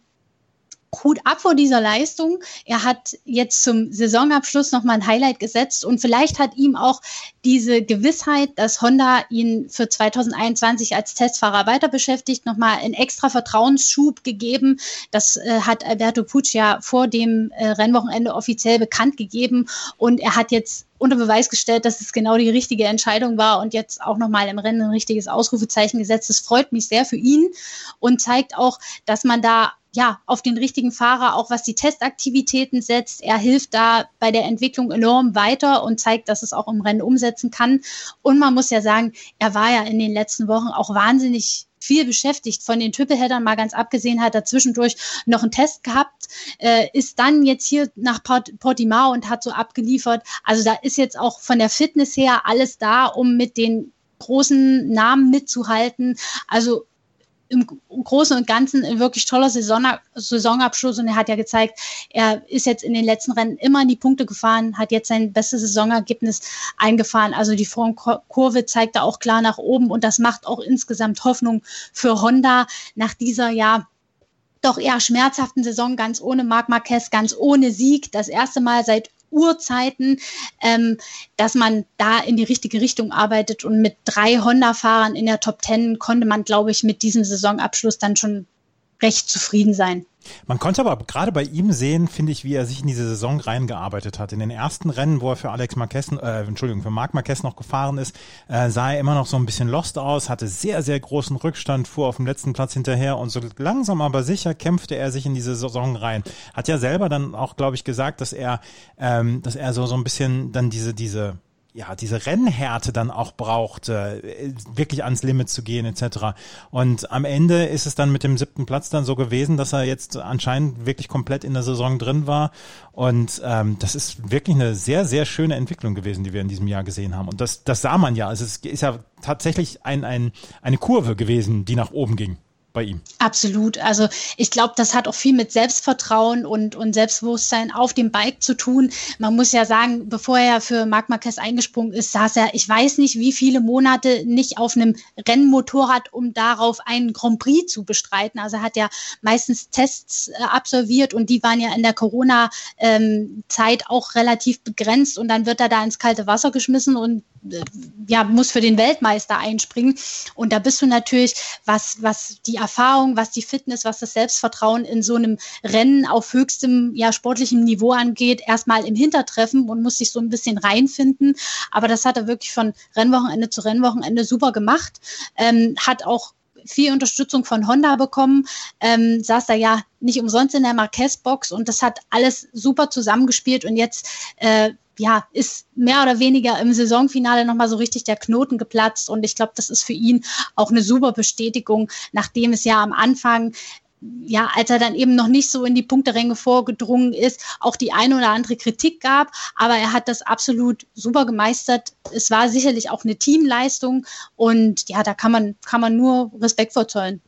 Hut ab vor dieser Leistung. Er hat jetzt zum Saisonabschluss nochmal ein Highlight gesetzt und vielleicht hat ihm auch diese Gewissheit, dass Honda ihn für zwanzig einundzwanzig als Testfahrer weiter beschäftigt, nochmal einen extra Vertrauensschub gegeben. Das äh, hat Alberto Puig ja vor dem äh, Rennwochenende offiziell bekannt gegeben und er hat jetzt unter Beweis gestellt, dass es genau die richtige Entscheidung war und jetzt auch nochmal im Rennen ein richtiges Ausrufezeichen gesetzt. Das freut mich sehr für ihn und zeigt auch, dass man da ja, auf den richtigen Fahrer, auch was die Testaktivitäten setzt. Er hilft da bei der Entwicklung enorm weiter und zeigt, dass es auch im Rennen umsetzen kann. Und man muss ja sagen, er war ja in den letzten Wochen auch wahnsinnig viel beschäftigt. Von den Tripleheadern mal ganz abgesehen, hat er zwischendurch noch einen Test gehabt, äh, ist dann jetzt hier nach Port- Portimao und hat so abgeliefert. Also da ist jetzt auch von der Fitness her alles da, um mit den großen Namen mitzuhalten. Also im Großen und Ganzen ein wirklich toller Saison, Saisonabschluss und er hat ja gezeigt, er ist jetzt in den letzten Rennen immer in die Punkte gefahren, hat jetzt sein bestes Saisonergebnis eingefahren. Also die Formkurve zeigt da auch klar nach oben und das macht auch insgesamt Hoffnung für Honda nach dieser, ja, doch eher schmerzhaften Saison, ganz ohne Marc Marquez, ganz ohne Sieg. Das erste Mal seit Urzeiten, ähm, dass man da in die richtige Richtung arbeitet und mit drei Honda-Fahrern in der Top Ten konnte man, glaube ich, mit diesem Saisonabschluss dann schon recht zufrieden sein. Man konnte aber gerade bei ihm sehen, finde ich, wie er sich in diese Saison reingearbeitet hat. In den ersten Rennen, wo er für Alex Marquez, äh, Entschuldigung, für Marc Marquez noch gefahren ist, äh, sah er immer noch so ein bisschen lost aus, hatte sehr, sehr großen Rückstand, fuhr auf dem letzten Platz hinterher und so langsam aber sicher kämpfte er sich in diese Saison rein. Hat ja selber dann auch, glaube ich, gesagt, dass er, ähm, dass er so, so ein bisschen dann diese, diese, ja, diese Rennhärte dann auch braucht, äh, wirklich ans Limit zu gehen et cetera. Und am Ende ist es dann mit dem siebten Platz dann so gewesen, dass er jetzt anscheinend wirklich komplett in der Saison drin war. Und ähm, das ist wirklich eine sehr, sehr schöne Entwicklung gewesen, die wir in diesem Jahr gesehen haben. Und das, das sah man ja. Also es ist ja tatsächlich ein, ein, eine Kurve gewesen, die nach oben ging bei ihm. Absolut. Also ich glaube, das hat auch viel mit Selbstvertrauen und, und Selbstbewusstsein auf dem Bike zu tun. Man muss ja sagen, bevor er für Marc Marquez eingesprungen ist, saß er, ich weiß nicht, wie viele Monate nicht auf einem Rennmotorrad, um darauf einen Grand Prix zu bestreiten. Also er hat ja meistens Tests äh, absolviert und die waren ja in der Corona-Zeit ähm, auch relativ begrenzt und dann wird er da ins kalte Wasser geschmissen und äh, ja, muss für den Weltmeister einspringen. Und da bist du natürlich, was, was die Erfahrung, was die Fitness, was das Selbstvertrauen in so einem Rennen auf höchstem, ja, sportlichem Niveau angeht, erstmal im Hintertreffen und muss sich so ein bisschen reinfinden. Aber das hat er wirklich von Rennwochenende zu Rennwochenende super gemacht. Ähm, hat auch viel Unterstützung von Honda bekommen, ähm, saß da ja nicht umsonst in der Marquez-Box und das hat alles super zusammengespielt und jetzt äh, ja, ist mehr oder weniger im Saisonfinale nochmal so richtig der Knoten geplatzt und ich glaube, das ist für ihn auch eine super Bestätigung, nachdem es ja am Anfang, ja, als er dann eben noch nicht so in die Punkteränge vorgedrungen ist, auch die eine oder andere Kritik gab, aber er hat das absolut super gemeistert. Es war sicherlich auch eine Teamleistung und ja, da kann man, kann man nur Respekt vor zollen.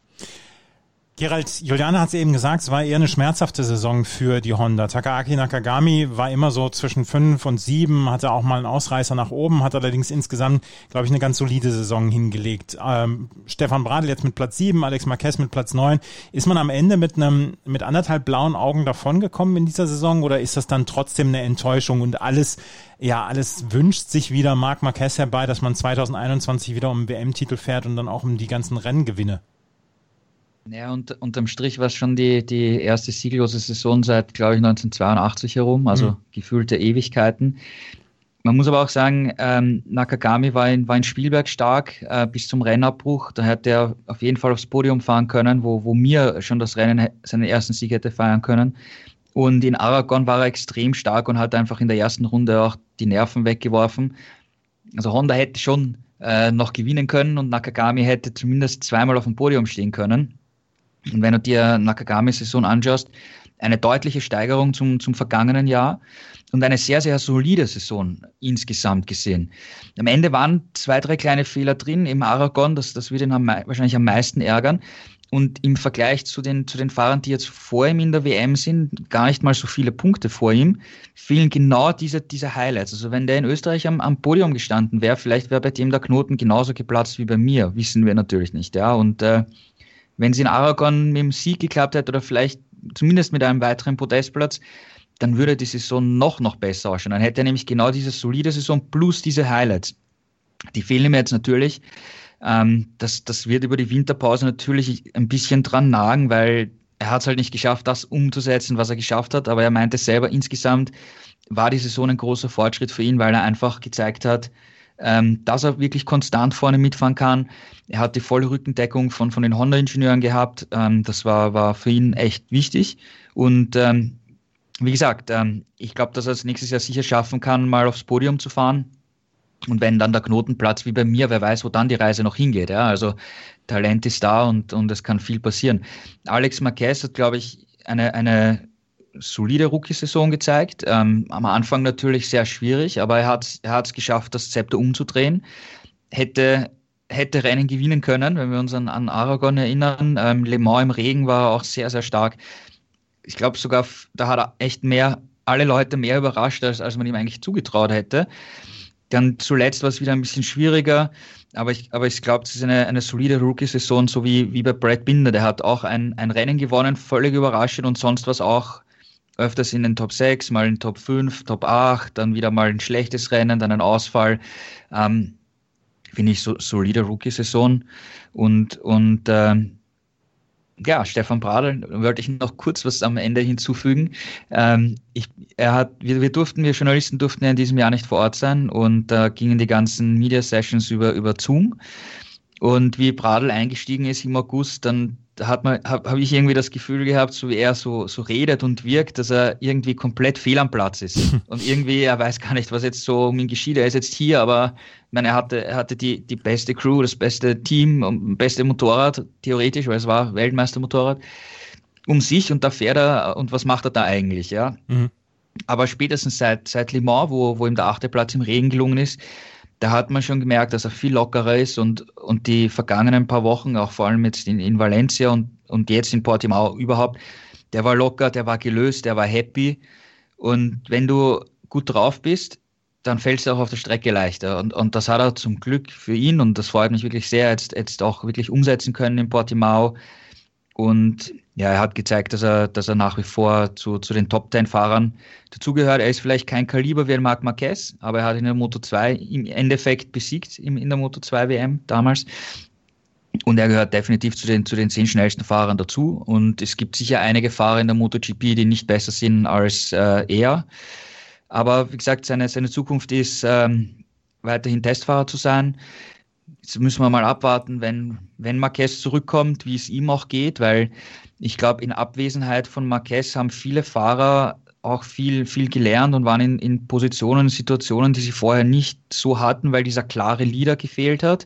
Gerald, Juliane hat es eben gesagt, es war eher eine schmerzhafte Saison für die Honda. Takaaki Nakagami war immer so zwischen fünf und sieben, hatte auch mal einen Ausreißer nach oben, hat allerdings insgesamt, glaube ich, eine ganz solide Saison hingelegt. Ähm, Stefan Bradl jetzt mit Platz sieben, Alex Marquez mit Platz neun. Ist man am Ende mit einem mit anderthalb blauen Augen davongekommen in dieser Saison oder ist das dann trotzdem eine Enttäuschung und alles, ja, alles wünscht sich wieder Marc Marquez herbei, dass man zwanzig einundzwanzig wieder um den W M-Titel fährt und dann auch um die ganzen Renngewinne? Ja, und unterm Strich war es schon die, die erste siegellose Saison seit, glaube ich, neunzehnhundertzweiundachtzig herum, also mhm. gefühlte Ewigkeiten. Man muss aber auch sagen, ähm, Nakagami war in, war in Spielberg stark äh, bis zum Rennabbruch. Da hätte er auf jeden Fall aufs Podium fahren können, wo, wo Mir schon das Rennen, seinen ersten Sieg hätte feiern können. Und in Aragon war er extrem stark und hat einfach in der ersten Runde auch die Nerven weggeworfen. Also Honda hätte schon äh, noch gewinnen können und Nakagami hätte zumindest zweimal auf dem Podium stehen können. Und wenn du dir Nakagami-Saison anschaust, eine deutliche Steigerung zum, zum vergangenen Jahr und eine sehr, sehr solide Saison insgesamt gesehen. Am Ende waren zwei, drei kleine Fehler drin im Aragon, das, das wird ihn am, wahrscheinlich am meisten ärgern. Und im Vergleich zu den, zu den Fahrern, die jetzt vor ihm in der W M sind, gar nicht mal so viele Punkte vor ihm, fehlen genau diese, diese Highlights. Also wenn der in Österreich am, am Podium gestanden wäre, vielleicht wäre bei dem der Knoten genauso geplatzt wie bei mir, wissen wir natürlich nicht. Ja. Und äh, wenn es in Aragon mit dem Sieg geklappt hätte oder vielleicht zumindest mit einem weiteren Podestplatz, dann würde die Saison noch, noch besser ausschauen. Dann hätte er nämlich genau diese solide Saison plus diese Highlights. Die fehlen ihm jetzt natürlich. Ähm, das, das wird über die Winterpause natürlich ein bisschen dran nagen, weil er hat es halt nicht geschafft, das umzusetzen, was er geschafft hat. Aber er meinte selber, insgesamt war die Saison ein großer Fortschritt für ihn, weil er einfach gezeigt hat, ähm, dass er wirklich konstant vorne mitfahren kann. Er hat die volle Rückendeckung von, von den Honda-Ingenieuren gehabt. Ähm, das war, war für ihn echt wichtig. Und ähm, wie gesagt, ähm, ich glaube, dass er es nächstes Jahr sicher schaffen kann, mal aufs Podium zu fahren. Und wenn dann der Knoten platzt wie bei mir, wer weiß, wo dann die Reise noch hingeht. Ja? Also Talent ist da und, und es kann viel passieren. Alex Marquez hat, glaube ich, eine, eine solide Rookie-Saison gezeigt. Ähm, am Anfang natürlich sehr schwierig, aber er hat er hat es geschafft, das Zepter umzudrehen. Hätte, hätte Rennen gewinnen können, wenn wir uns an, an Aragon erinnern. Ähm, Le Mans im Regen war auch sehr, sehr stark. Ich glaube sogar, da hat er echt mehr, alle Leute mehr überrascht, als, als man ihm eigentlich zugetraut hätte. Dann zuletzt war es wieder ein bisschen schwieriger, aber ich, aber ich glaube, es ist eine, eine solide Rookie-Saison, so wie, wie bei Brad Binder. Der hat auch ein, ein Rennen gewonnen, völlig überraschend und sonst was auch öfters in den Top sechs, mal in Top fünf, Top acht, dann wieder mal ein schlechtes Rennen, dann ein Ausfall. Ähm, finde ich so solide Rookie-Saison und, und ähm, ja, Stefan Bradl, wollte ich noch kurz was am Ende hinzufügen. Ähm, ich, er hat, wir, wir durften, wir Journalisten durften ja in diesem Jahr nicht vor Ort sein und da äh, gingen die ganzen Media Sessions über, über Zoom. Und wie Bradl eingestiegen ist im August, dann hat man, habe hab ich irgendwie das Gefühl gehabt, so wie er so, so redet und wirkt, dass er irgendwie komplett fehl am Platz ist. Und irgendwie, er weiß gar nicht, was jetzt so um ihn geschieht. Er ist jetzt hier, aber ich meine, er hatte, er hatte die, die beste Crew, das beste Team, das beste Motorrad, theoretisch, weil es war Weltmeistermotorrad, um sich und da fährt er, und was macht er da eigentlich, ja? Mhm. Aber spätestens seit, seit Le Mans, wo, wo ihm der achte Platz im Regen gelungen ist, da hat man schon gemerkt, dass er viel lockerer ist und, und die vergangenen paar Wochen, auch vor allem jetzt in, in Valencia und, und jetzt in Portimao überhaupt, der war locker, der war gelöst, der war happy. Und wenn du gut drauf bist, dann fällst du auch auf der Strecke leichter. Und, und das hat er zum Glück für ihn und das freut mich wirklich sehr, jetzt, jetzt auch wirklich umsetzen können in Portimao. Und ja, er hat gezeigt, dass er, dass er nach wie vor zu, zu den Top Ten Fahrern dazugehört. Er ist vielleicht kein Kaliber wie ein Marc Marquez, aber er hat in der Moto zwei im Endeffekt besiegt in, in der Moto zwei W M damals. Und er gehört definitiv zu den, zu den zehn schnellsten Fahrern dazu. Und es gibt sicher einige Fahrer in der MotoGP, die nicht besser sind als äh, er. Aber wie gesagt, seine, seine Zukunft ist, ähm, weiterhin Testfahrer zu sein. Jetzt müssen wir mal abwarten, wenn, wenn Marquez zurückkommt, wie es ihm auch geht, weil ich glaube, in Abwesenheit von Marquez haben viele Fahrer auch viel, viel gelernt und waren in, in Positionen und Situationen, die sie vorher nicht so hatten, weil dieser klare Leader gefehlt hat.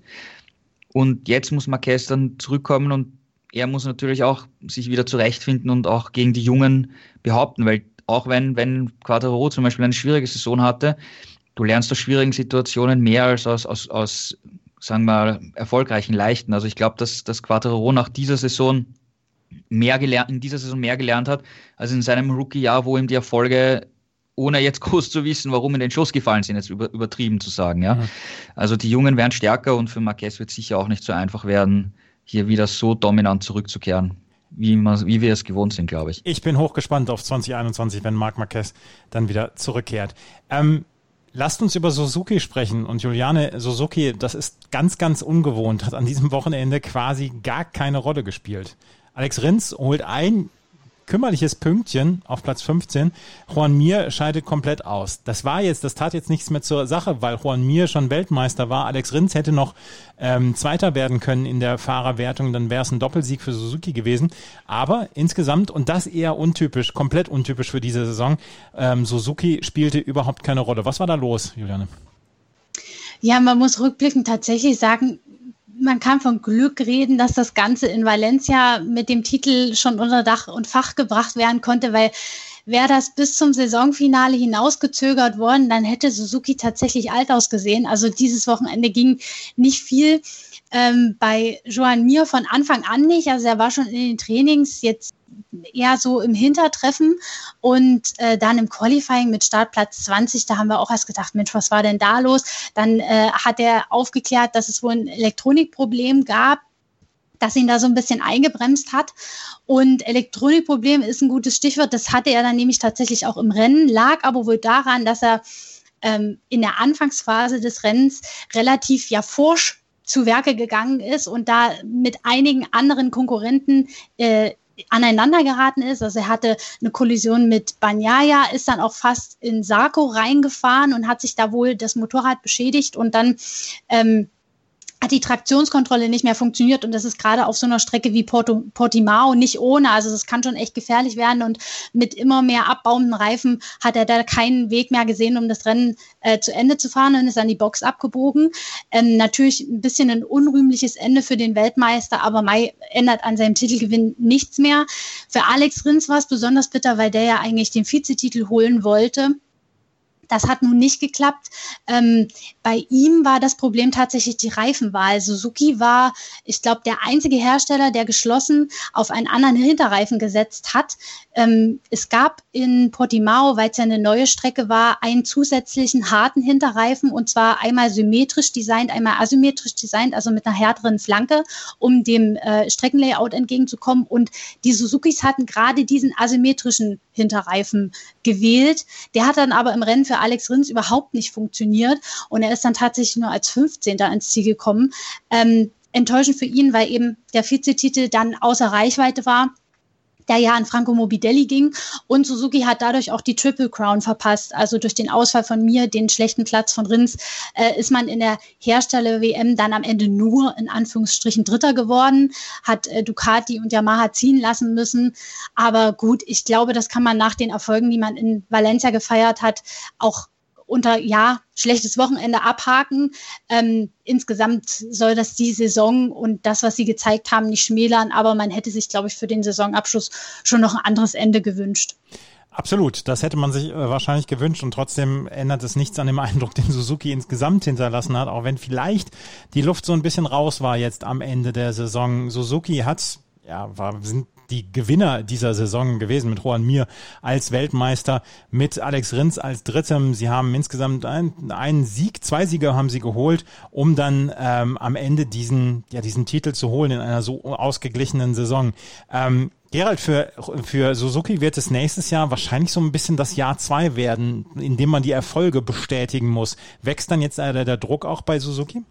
Und jetzt muss Marquez dann zurückkommen und er muss natürlich auch sich wieder zurechtfinden und auch gegen die Jungen behaupten, weil auch wenn, wenn Quartararo zum Beispiel eine schwierige Saison hatte, du lernst aus schwierigen Situationen mehr als aus, aus, aus sagen wir, erfolgreichen Leichten. Also ich glaube, dass, dass Quartararo nach dieser Saison mehr gelernt, in dieser Saison mehr gelernt hat, als in seinem Rookie-Jahr, wo ihm die Erfolge, ohne jetzt groß zu wissen, warum in den Schoß gefallen sind, jetzt über, übertrieben zu sagen. Ja? Mhm. Also die Jungen werden stärker und für Marquez wird es sicher auch nicht so einfach werden, hier wieder so dominant zurückzukehren, wie, man, wie wir es gewohnt sind, glaube ich. Ich bin hochgespannt auf zwanzig einundzwanzig, wenn Marc Marquez dann wieder zurückkehrt. Ähm, lasst uns über Suzuki sprechen. Und Juliane, Suzuki, das ist ganz, ganz ungewohnt, hat an diesem Wochenende quasi gar keine Rolle gespielt. Alex Rins holt ein kümmerliches Pünktchen auf Platz fünfzehn. Joan Mir scheidet komplett aus. Das war jetzt, das tat jetzt nichts mehr zur Sache, weil Joan Mir schon Weltmeister war. Alex Rins hätte noch ähm, Zweiter werden können in der Fahrerwertung, dann wäre es ein Doppelsieg für Suzuki gewesen. Aber insgesamt, und das eher untypisch, komplett untypisch für diese Saison, ähm, Suzuki spielte überhaupt keine Rolle. Was war da los, Juliane? Ja, man muss rückblickend tatsächlich sagen, man kann von Glück reden, dass das Ganze in Valencia mit dem Titel schon unter Dach und Fach gebracht werden konnte, weil wäre das bis zum Saisonfinale hinausgezögert worden, dann hätte Suzuki tatsächlich alt ausgesehen. Also dieses Wochenende ging nicht viel. Ähm, bei Joan Mir von Anfang an nicht. Also er war schon in den Trainings jetzt eher so im Hintertreffen und äh, dann im Qualifying mit Startplatz zwanzig, da haben wir auch erst gedacht, Mensch, was war denn da los? Dann äh, hat er aufgeklärt, dass es wohl ein Elektronikproblem gab, das ihn da so ein bisschen eingebremst hat. Und Elektronikproblem ist ein gutes Stichwort. Das hatte er dann nämlich tatsächlich auch im Rennen, lag aber wohl daran, dass er ähm, in der Anfangsphase des Rennens relativ ja forsch zu Werke gegangen ist und da mit einigen anderen Konkurrenten äh, aneinander geraten ist. Also er hatte eine Kollision mit Bagnaia, ist dann auch fast in Sarko reingefahren und hat sich da wohl das Motorrad beschädigt und dann ähm, hat die Traktionskontrolle nicht mehr funktioniert und das ist gerade auf so einer Strecke wie Porto, Portimao nicht ohne, also das kann schon echt gefährlich werden und mit immer mehr abbauenden Reifen hat er da keinen Weg mehr gesehen, um das Rennen äh, zu Ende zu fahren und ist an die Box abgebogen. Ähm, natürlich ein bisschen ein unrühmliches Ende für den Weltmeister, aber Mai ändert an seinem Titelgewinn nichts mehr. Für Alex Rins war es besonders bitter, weil der ja eigentlich den Vizetitel holen wollte. Das hat nun nicht geklappt. Ähm, bei ihm war das Problem tatsächlich die Reifenwahl. Suzuki war, ich glaube, der einzige Hersteller, der geschlossen auf einen anderen Hinterreifen gesetzt hat. Ähm, es gab in Portimao, weil es ja eine neue Strecke war, einen zusätzlichen harten Hinterreifen und zwar einmal symmetrisch designt, einmal asymmetrisch designt, also mit einer härteren Flanke, um dem äh, Streckenlayout entgegenzukommen. Und die Suzukis hatten gerade diesen asymmetrischen Hinterreifen gewählt. Der hat dann aber im Rennen für Alex Rins überhaupt nicht funktioniert und er ist dann tatsächlich nur als fünfzehnter ins Ziel gekommen. Ähm, enttäuschend für ihn, weil eben der Vizetitel dann außer Reichweite war, der ja an Franco Morbidelli ging und Suzuki hat dadurch auch die Triple Crown verpasst. Also durch den Ausfall von Mir, den schlechten Platz von Rins, äh, ist man in der Hersteller-W M dann am Ende nur in Anführungsstrichen Dritter geworden, hat äh, Ducati und Yamaha ziehen lassen müssen. Aber gut, ich glaube, das kann man nach den Erfolgen, die man in Valencia gefeiert hat, auch unter, ja, schlechtes Wochenende abhaken. Ähm, insgesamt soll das die Saison und das, was sie gezeigt haben, nicht schmälern, aber man hätte sich, glaube ich, für den Saisonabschluss schon noch ein anderes Ende gewünscht. Absolut, das hätte man sich äh, wahrscheinlich gewünscht und trotzdem ändert es nichts an dem Eindruck, den Suzuki insgesamt hinterlassen hat, auch wenn vielleicht die Luft so ein bisschen raus war jetzt am Ende der Saison. Suzuki hat, ja, war, sind die Gewinner dieser Saison gewesen mit Joan Mir als Weltmeister, mit Alex Rins als Drittem. Sie haben insgesamt ein, einen Sieg, zwei Siege haben sie geholt, um dann ähm, am Ende diesen, ja, diesen Titel zu holen in einer so ausgeglichenen Saison. Ähm, Gerald, für, für Suzuki wird es nächstes Jahr wahrscheinlich so ein bisschen das Jahr zwei werden, in dem man die Erfolge bestätigen muss. Wächst dann jetzt der, der Druck auch bei Suzuki?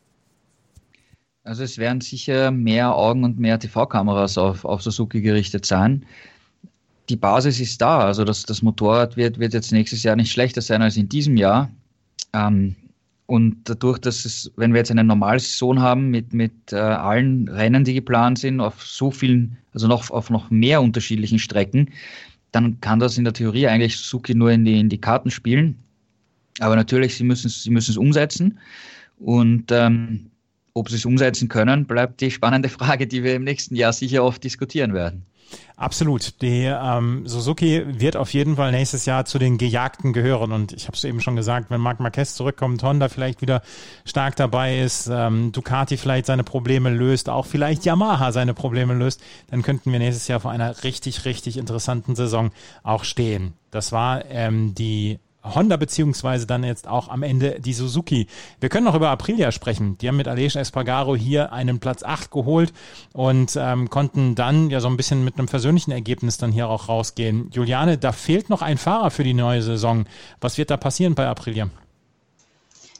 Also es werden sicher mehr Augen und mehr T V-Kameras auf, auf Suzuki gerichtet sein. Die Basis ist da, also das, das Motorrad wird, wird jetzt nächstes Jahr nicht schlechter sein als in diesem Jahr. Ähm, und dadurch, dass es, wenn wir jetzt eine normale Saison haben mit, mit äh, allen Rennen, die geplant sind, auf so vielen, also noch auf noch mehr unterschiedlichen Strecken, dann kann das in der Theorie eigentlich Suzuki nur in die, in die Karten spielen. Aber natürlich, sie müssen sie müssen es umsetzen und ähm, ob sie es umsetzen können, bleibt die spannende Frage, die wir im nächsten Jahr sicher oft diskutieren werden. Absolut. Die ähm, Suzuki wird auf jeden Fall nächstes Jahr zu den Gejagten gehören. Und ich habe es eben schon gesagt, wenn Marc Marquez zurückkommt, Honda vielleicht wieder stark dabei ist, ähm, Ducati vielleicht seine Probleme löst, auch vielleicht Yamaha seine Probleme löst, dann könnten wir nächstes Jahr vor einer richtig, richtig interessanten Saison auch stehen. Das war ähm, die Honda beziehungsweise dann jetzt auch am Ende die Suzuki. Wir können noch über Aprilia sprechen. Die haben mit Aleix Espargaro hier einen Platz acht geholt und ähm, konnten dann ja so ein bisschen mit einem versöhnlichen Ergebnis dann hier auch rausgehen. Juliane, da fehlt noch ein Fahrer für die neue Saison. Was wird da passieren bei Aprilia?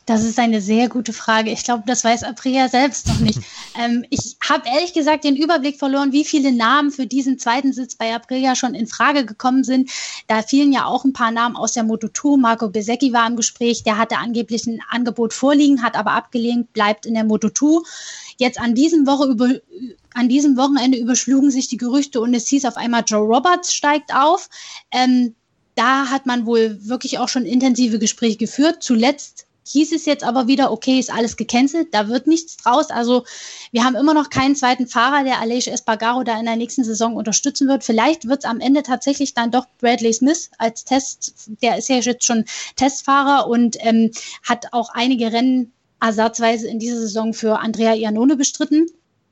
Das ist eine sehr gute Frage. Ich glaube, das weiß Aprilia selbst noch nicht. ähm, ich habe ehrlich gesagt den Überblick verloren, wie viele Namen für diesen zweiten Sitz bei Aprilia schon in Frage gekommen sind. Da fielen ja auch ein paar Namen aus der Moto zwei. Marco Bezzecchi war im Gespräch, der hatte angeblich ein Angebot vorliegen, hat aber abgelehnt, bleibt in der Moto zwei. Jetzt an diesem, Woche über, an diesem Wochenende überschlugen sich die Gerüchte und es hieß auf einmal, Joe Roberts steigt auf. Ähm, da hat man wohl wirklich auch schon intensive Gespräche geführt. Zuletzt hieß es jetzt aber wieder, okay, ist alles gecancelt, da wird nichts draus. Also wir haben immer noch keinen zweiten Fahrer, der Aleix Espargaro da in der nächsten Saison unterstützen wird. Vielleicht wird es am Ende tatsächlich dann doch Bradley Smith als Test, der ist ja jetzt schon Testfahrer und ähm, hat auch einige Rennen ersatzweise in dieser Saison für Andrea Iannone bestritten.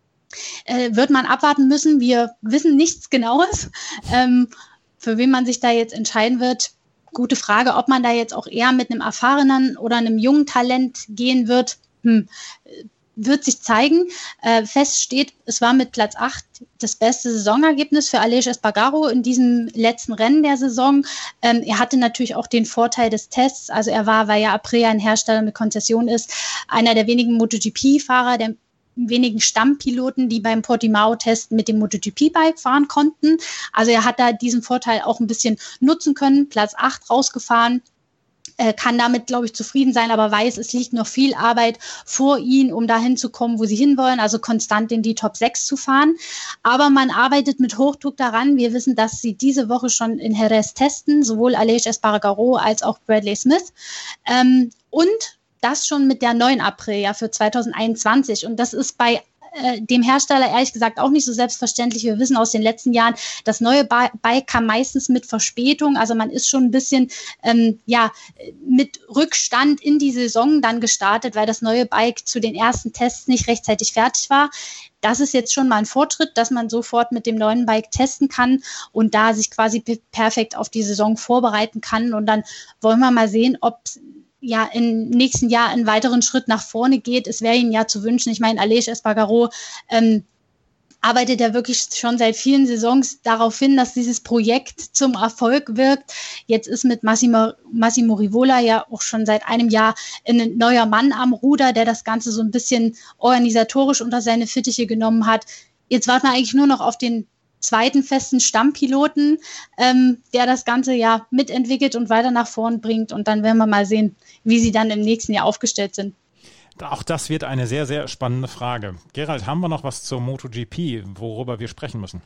Äh, wird man abwarten müssen. Wir wissen nichts Genaues. Ähm, für wen man sich da jetzt entscheiden wird, gute Frage, ob man da jetzt auch eher mit einem erfahrenen oder einem jungen Talent gehen wird, hm, wird sich zeigen. Äh, fest steht, es war mit Platz acht das beste Saisonergebnis für Aleix Espargaro in diesem letzten Rennen der Saison. Ähm, er hatte natürlich auch den Vorteil des Tests, also er war, weil ja Aprilia ein Hersteller mit Konzession ist, einer der wenigen MotoGP-Fahrer, der wenigen Stammpiloten, die beim Portimao-Test mit dem MotoGP-Bike fahren konnten. Also er hat da diesen Vorteil auch ein bisschen nutzen können, Platz acht rausgefahren, äh, kann damit, glaube ich, zufrieden sein, aber weiß, es liegt noch viel Arbeit vor ihnen, um dahin zu kommen, wo sie hinwollen, also konstant in die Top sechs zu fahren. Aber man arbeitet mit Hochdruck daran. Wir wissen, dass sie diese Woche schon in Jerez testen, sowohl Aleix Espargaro als auch Bradley Smith. Ähm, und das schon mit der neuen Aprilia für zwanzig einundzwanzig. Und das ist bei äh, dem Hersteller ehrlich gesagt auch nicht so selbstverständlich. Wir wissen aus den letzten Jahren, das neue ba- Bike kam meistens mit Verspätung. Also man ist schon ein bisschen ähm, ja, mit Rückstand in die Saison dann gestartet, weil das neue Bike zu den ersten Tests nicht rechtzeitig fertig war. Das ist jetzt schon mal ein Fortschritt, dass man sofort mit dem neuen Bike testen kann und da sich quasi p- perfekt auf die Saison vorbereiten kann. Und dann wollen wir mal sehen, ob ja im nächsten Jahr einen weiteren Schritt nach vorne geht. Es wäre ihnen ja zu wünschen. Ich meine, Aleix Espargaro ähm, arbeitet ja wirklich schon seit vielen Saisons darauf hin, dass dieses Projekt zum Erfolg wirkt. Jetzt ist mit Massimo, Massimo Rivola ja auch schon seit einem Jahr ein neuer Mann am Ruder, der das Ganze so ein bisschen organisatorisch unter seine Fittiche genommen hat. Jetzt warten wir eigentlich nur noch auf den zweiten festen Stammpiloten, ähm, der das Ganze ja mitentwickelt und weiter nach vorn bringt. Und dann werden wir mal sehen, wie sie dann im nächsten Jahr aufgestellt sind. Auch das wird eine sehr, sehr spannende Frage. Gerald, haben wir noch was zur MotoGP, worüber wir sprechen müssen?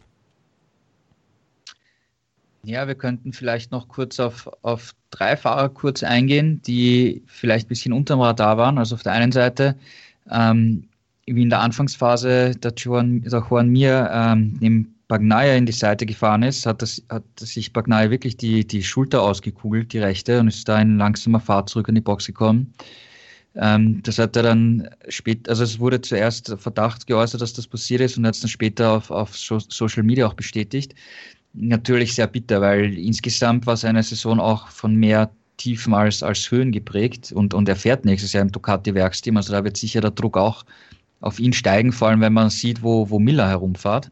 Ja, wir könnten vielleicht noch kurz auf, auf drei Fahrer kurz eingehen, die vielleicht ein bisschen unterm Radar waren. Also auf der einen Seite, ähm, wie in der Anfangsphase der Juan, der Juan Mir ähm, dem Bagnaia in die Seite gefahren ist, hat, das, hat sich Bagnaia wirklich die, die Schulter ausgekugelt, die rechte, und ist da in langsamer Fahrt zurück in die Box gekommen. Ähm, das hat er dann später, also es wurde zuerst Verdacht geäußert, dass das passiert ist, und hat es dann später auf, auf Social Media auch bestätigt. Natürlich sehr bitter, weil insgesamt war seine Saison auch von mehr Tiefen als, als Höhen geprägt, und, und er fährt nächstes Jahr im Ducati-Werksteam, also da wird sicher der Druck auch auf ihn steigen, vor allem wenn man sieht, wo, wo Miller herumfährt.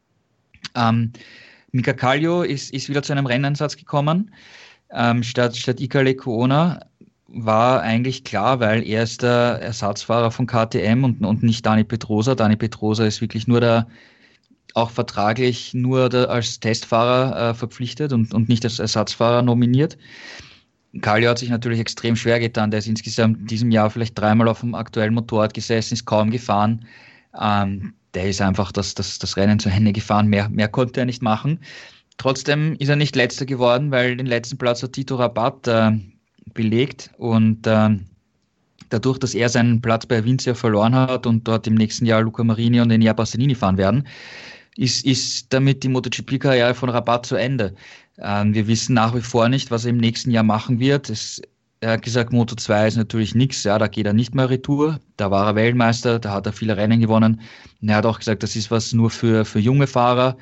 Ähm, Mika Kallio ist, ist wieder zu einem Renneinsatz gekommen, ähm, statt, statt Iker Lecuona. War eigentlich klar, weil er ist der Ersatzfahrer von K T M und, und nicht Dani Pedrosa. Dani Pedrosa ist wirklich nur der, auch vertraglich nur der, als Testfahrer äh, verpflichtet und, und nicht als Ersatzfahrer nominiert. Kallio hat sich natürlich extrem schwer getan. Der ist insgesamt in diesem Jahr vielleicht dreimal auf dem aktuellen Motorrad gesessen, ist kaum gefahren. Ähm, der ist einfach das, das, das Rennen zu Ende gefahren. Mehr, mehr konnte er nicht machen. Trotzdem ist er nicht Letzter geworden, weil den letzten Platz hat Tito Rabat äh, belegt, und äh, dadurch, dass er seinen Platz bei Avintia verloren hat und dort im nächsten Jahr Luca Marini und Enea Bastianini fahren werden, ist, ist damit die MotoGP-Karriere von Rabat zu Ende. Ähm, wir wissen nach wie vor nicht, was er im nächsten Jahr machen wird. Es, er hat gesagt, Moto zwei ist natürlich nichts, ja, da geht er nicht mehr retour. Da war er Weltmeister, da hat er viele Rennen gewonnen. Und er hat auch gesagt, das ist was nur für, für junge Fahrer.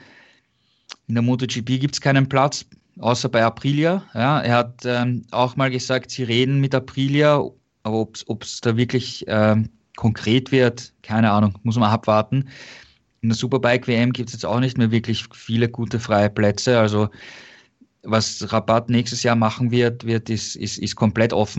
In der MotoGP gibt es keinen Platz, außer bei Aprilia. Ja, er hat ähm, auch mal gesagt, sie reden mit Aprilia, aber ob es da wirklich ähm, konkret wird, keine Ahnung, muss man abwarten. In der Superbike-W M gibt es jetzt auch nicht mehr wirklich viele gute freie Plätze. Also was Rabat nächstes Jahr machen wird, wird ist, ist, ist komplett offen.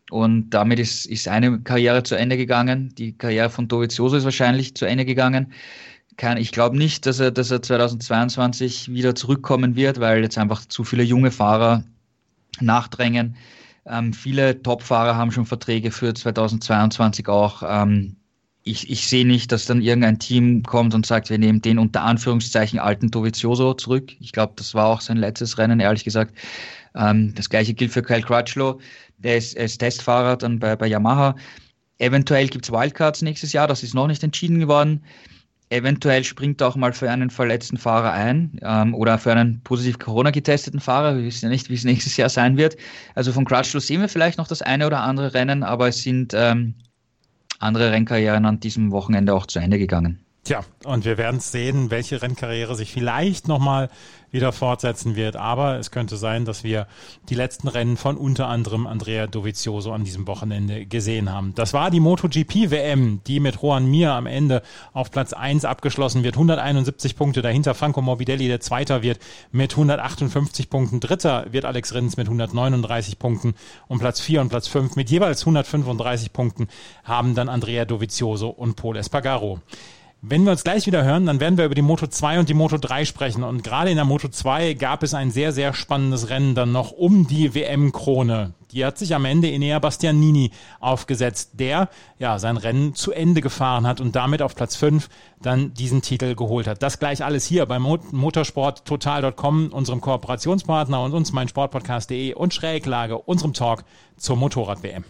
Und damit ist, ist eine Karriere zu Ende gegangen. Die Karriere von Dovizioso ist wahrscheinlich zu Ende gegangen. Kein, ich glaube nicht, dass er, dass er zweitausendzweiundzwanzig wieder zurückkommen wird, weil jetzt einfach zu viele junge Fahrer nachdrängen. Ähm, viele Top-Fahrer haben schon Verträge für zweitausendzweiundzwanzig auch. Ähm, ich, ich sehe nicht, dass dann irgendein Team kommt und sagt, wir nehmen den unter Anführungszeichen alten Dovizioso zurück. Ich glaube, das war auch sein letztes Rennen, ehrlich gesagt. Ähm, das gleiche gilt für Kyle Crutchlow. Der ist, ist Testfahrer dann bei, bei Yamaha. Eventuell gibt es Wildcards nächstes Jahr, das ist noch nicht entschieden geworden. Eventuell springt er auch mal für einen verletzten Fahrer ein ähm, oder für einen positiv Corona getesteten Fahrer. Wir wissen ja nicht, wie es nächstes Jahr sein wird. Also von Crutchlow sehen wir vielleicht noch das eine oder andere Rennen, aber es sind ähm, andere Rennkarrieren an diesem Wochenende auch zu Ende gegangen. Tja, und wir werden sehen, welche Rennkarriere sich vielleicht nochmal wieder fortsetzen wird. Aber es könnte sein, dass wir die letzten Rennen von unter anderem Andrea Dovizioso an diesem Wochenende gesehen haben. Das war die MotoGP-W M, die mit Joan Mir am Ende auf Platz eins abgeschlossen wird. hunderteinundsiebzig Punkte, dahinter Franco Morbidelli, der Zweiter wird mit hundertachtundfünfzig Punkten. Dritter wird Alex Rins mit hundertneununddreißig Punkten. Und Platz vier und Platz fünf mit jeweils hundertfünfunddreißig Punkten haben dann Andrea Dovizioso und Pol Espargaro. Wenn wir uns gleich wieder hören, dann werden wir über die Moto zwei und die Moto drei sprechen. Und gerade in der Moto zwei gab es ein sehr, sehr spannendes Rennen dann noch um die W M-Krone. Die hat sich am Ende Enea Bastianini aufgesetzt, der ja sein Rennen zu Ende gefahren hat und damit auf Platz fünf dann diesen Titel geholt hat. Das gleich alles hier bei motorsport total punkt com, unserem Kooperationspartner, und uns meinsportpodcast punkt de und Schräglage, unserem Talk zur Motorrad-W M.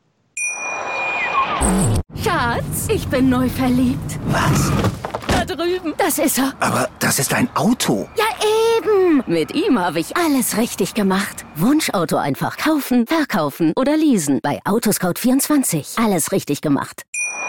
Schatz, ich bin neu verliebt. Was? Da drüben. Das ist er. Aber das ist ein Auto. Ja, eben. Mit ihm habe ich alles richtig gemacht. Wunschauto einfach kaufen, verkaufen oder leasen. Bei Autoscout vierundzwanzig. Alles richtig gemacht.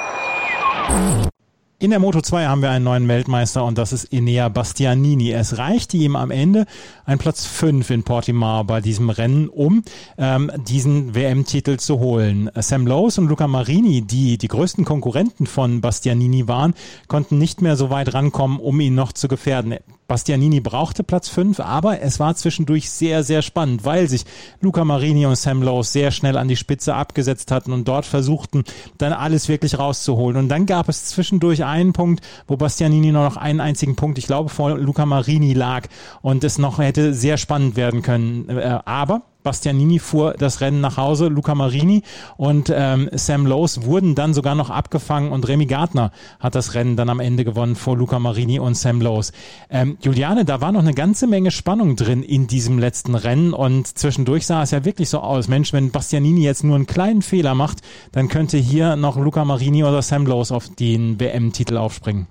In der Moto zwei haben wir einen neuen Weltmeister und das ist Enea Bastianini. Es reichte ihm am Ende ein Platz fünf in Portimao bei diesem Rennen, um ähm, diesen W M-Titel zu holen. Sam Lowes und Luca Marini, die die größten Konkurrenten von Bastianini waren, konnten nicht mehr so weit rankommen, um ihn noch zu gefährden. Bastianini brauchte Platz fünf, aber es war zwischendurch sehr, sehr spannend, weil sich Luca Marini und Sam Lowes sehr schnell an die Spitze abgesetzt hatten und dort versuchten, dann alles wirklich rauszuholen. Und dann gab es zwischendurch einen Punkt, wo Bastianini nur noch einen einzigen Punkt, ich glaube, vor Luca Marini lag und es noch hätte sehr spannend werden können. Aber Bastianini fuhr das Rennen nach Hause, Luca Marini und ähm, Sam Lowes wurden dann sogar noch abgefangen und Remy Gardner hat das Rennen dann am Ende gewonnen vor Luca Marini und Sam Lowes. Ähm, Juliane, da war noch eine ganze Menge Spannung drin in diesem letzten Rennen und zwischendurch sah es ja wirklich so aus, Mensch, wenn Bastianini jetzt nur einen kleinen Fehler macht, dann könnte hier noch Luca Marini oder Sam Lowes auf den W M-Titel aufspringen.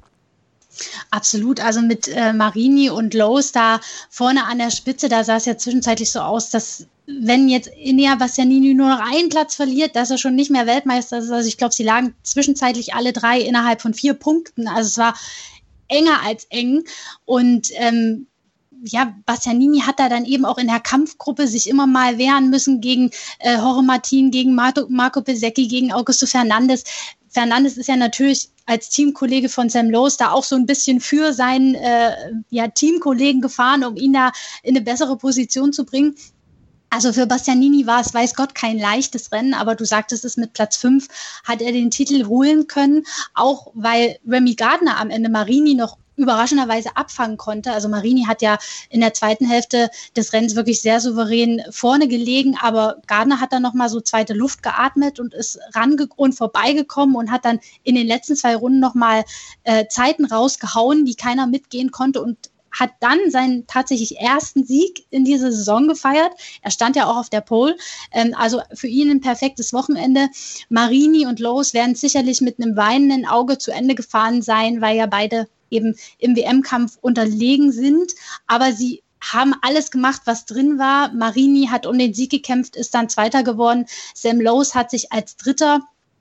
Absolut, also mit äh, Marini und Lowes da vorne an der Spitze, da sah es ja zwischenzeitlich so aus, dass wenn jetzt Enea Bastianini nur noch einen Platz verliert, dass er schon nicht mehr Weltmeister ist. Also ich glaube, sie lagen zwischenzeitlich alle drei innerhalb von vier Punkten. Also es war enger als eng. Und ähm, ja, Bastianini hat da dann eben auch in der Kampfgruppe sich immer mal wehren müssen gegen äh, Jorge Martin, gegen Marco, Marco Bezzecchi, gegen Augusto Fernandes. Fernandes ist ja natürlich als Teamkollege von Sam Lowes da auch so ein bisschen für seinen äh, ja, Teamkollegen gefahren, um ihn da in eine bessere Position zu bringen. Also für Bastianini war es, weiß Gott, kein leichtes Rennen, aber du sagtest es, mit Platz fünf hat er den Titel holen können, auch weil Remy Gardner am Ende Marini noch überraschenderweise abfangen konnte. Also Marini hat ja in der zweiten Hälfte des Rennens wirklich sehr souverän vorne gelegen, aber Gardner hat dann nochmal so zweite Luft geatmet und ist range- und vorbeigekommen und hat dann in den letzten zwei Runden nochmal äh, Zeiten rausgehauen, die keiner mitgehen konnte, und hat dann seinen tatsächlich ersten Sieg in dieser Saison gefeiert. Er stand ja auch auf der Pole. Ähm, also für ihn ein perfektes Wochenende. Marini und Lowes werden sicherlich mit einem weinenden Auge zu Ende gefahren sein, weil ja beide eben im W M-Kampf unterlegen sind. Aber sie haben alles gemacht, was drin war. Marini hat um den Sieg gekämpft, ist dann Zweiter geworden. Sam Lowes hat sich als Dritter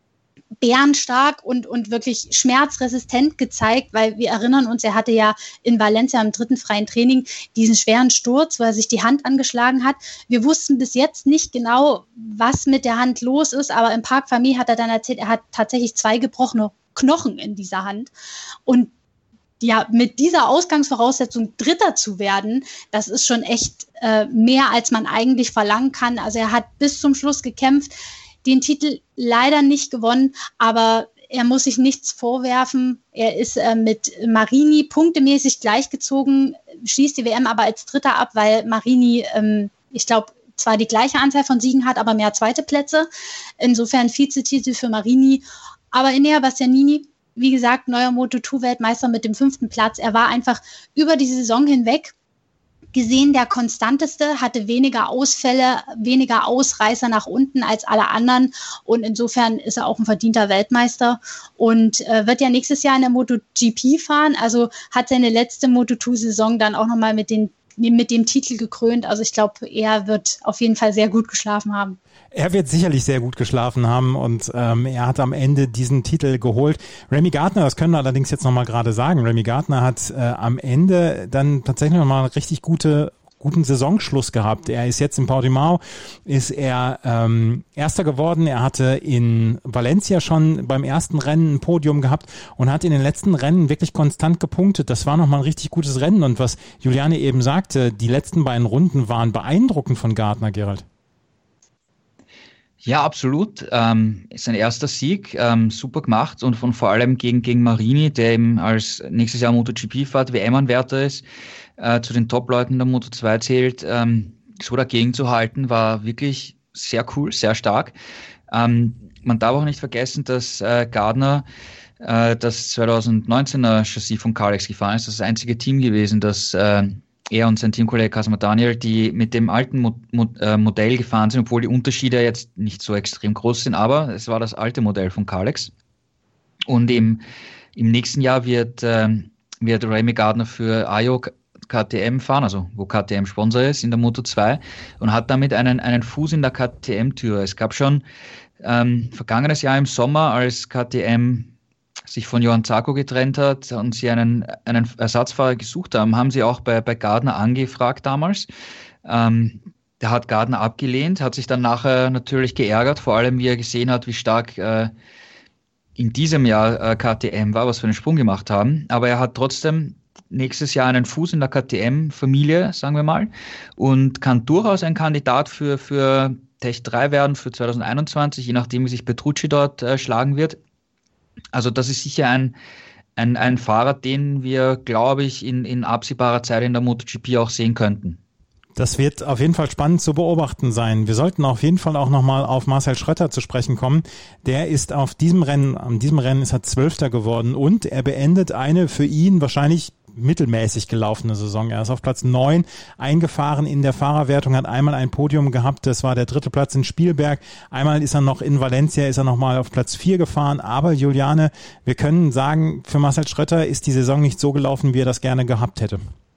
bärenstark und, und wirklich schmerzresistent gezeigt, weil wir erinnern uns, er hatte ja in Valencia im dritten freien Training diesen schweren Sturz, wo er sich die Hand angeschlagen hat. Wir wussten bis jetzt nicht genau, was mit der Hand los ist, aber im Parc Famille hat er dann erzählt, er hat tatsächlich zwei gebrochene Knochen in dieser Hand. Und ja, mit dieser Ausgangsvoraussetzung Dritter zu werden, das ist schon echt äh, mehr, als man eigentlich verlangen kann. Also er hat bis zum Schluss gekämpft. den Titel leider nicht gewonnen, aber er muss sich nichts vorwerfen. Er ist äh, mit Marini punktemäßig gleichgezogen, schließt die W M aber als Dritter ab, weil Marini, ähm, ich glaube, zwar die gleiche Anzahl von Siegen hat, aber mehr zweite Plätze. Insofern Vizetitel für Marini. Aber Enea Bastianini, wie gesagt, neuer Moto zwei Weltmeister mit dem fünften Platz. Er war einfach über die Saison hinweg gesehen der konstanteste, hatte weniger Ausfälle, weniger Ausreißer nach unten als alle anderen und insofern ist er auch ein verdienter Weltmeister und äh, wird ja nächstes Jahr in der MotoGP fahren, also hat seine letzte Moto zwei Saison dann auch nochmal mit den mit dem Titel gekrönt. Also ich glaube, er wird auf jeden Fall sehr gut geschlafen haben. Er wird sicherlich sehr gut geschlafen haben und ähm, er hat am Ende diesen Titel geholt. Remy Gardner, das können wir allerdings jetzt nochmal gerade sagen, Remy Gardner hat äh, am Ende dann tatsächlich nochmal eine richtig gute guten Saisonschluss gehabt. Er ist jetzt in Portimao, ist er ähm, Erster geworden. Er hatte in Valencia schon beim ersten Rennen ein Podium gehabt und hat in den letzten Rennen wirklich konstant gepunktet. Das war nochmal ein richtig gutes Rennen und was Juliane eben sagte, die letzten beiden Runden waren beeindruckend von Gardner, Gerald. Ja, absolut. Ähm, ist ein erster Sieg, ähm, super gemacht und von vor allem gegen, gegen Marini, der eben als nächstes Jahr MotoGP fährt, W M-Anwärter ist, äh, zu den Top-Leuten der Moto zwei zählt, ähm, so dagegen zu halten, war wirklich sehr cool, sehr stark. Ähm, man darf auch nicht vergessen, dass äh, Gardner äh, das zwanzig neunzehner Chassis von Kalex gefahren ist. Das ist das einzige Team gewesen, das äh, er und sein Teamkollege Cosmo Daniel, die mit dem alten Mo- Mo- äh, Modell gefahren sind, obwohl die Unterschiede jetzt nicht so extrem groß sind, aber es war das alte Modell von Kalex. Und im, im nächsten Jahr wird, äh, wird Remy Gardner für Ajo K T M fahren, also wo K T M Sponsor ist in der Moto zwei und hat damit einen, einen Fuß in der K T M-Tür. Es gab schon ähm, vergangenes Jahr im Sommer, als K T M sich von Johann Zarco getrennt hat und sie einen, einen Ersatzfahrer gesucht haben, haben sie auch bei, bei Gardner angefragt damals. Ähm, der hat Gardner abgelehnt, hat sich dann nachher natürlich geärgert, vor allem wie er gesehen hat, wie stark äh, in diesem Jahr äh, K T M war, was für einen Sprung gemacht haben. Aber er hat trotzdem nächstes Jahr einen Fuß in der K T M-Familie, sagen wir mal, und kann durchaus ein Kandidat für, für Tech drei werden für zwanzig einundzwanzig, je nachdem, wie sich Petrucci dort äh, schlagen wird. Also das ist sicher ein, ein, ein Fahrer, den wir, glaube ich, in, in absehbarer Zeit in der MotoGP auch sehen könnten. Das wird auf jeden Fall spannend zu beobachten sein. Wir sollten auf jeden Fall auch nochmal auf Marcel Schrötter zu sprechen kommen. Der ist auf diesem Rennen, an diesem Rennen ist er Zwölfter geworden und er beendet eine für ihn wahrscheinlich mittelmäßig gelaufene Saison. Er ist auf Platz neun eingefahren in der Fahrerwertung, hat einmal ein Podium gehabt, das war der dritte Platz in Spielberg. Einmal ist er noch in Valencia, ist er nochmal auf Platz vier gefahren. Aber Juliane, wir können sagen, für Marcel Schrötter ist die Saison nicht so gelaufen, wie er das gerne gehabt hätte.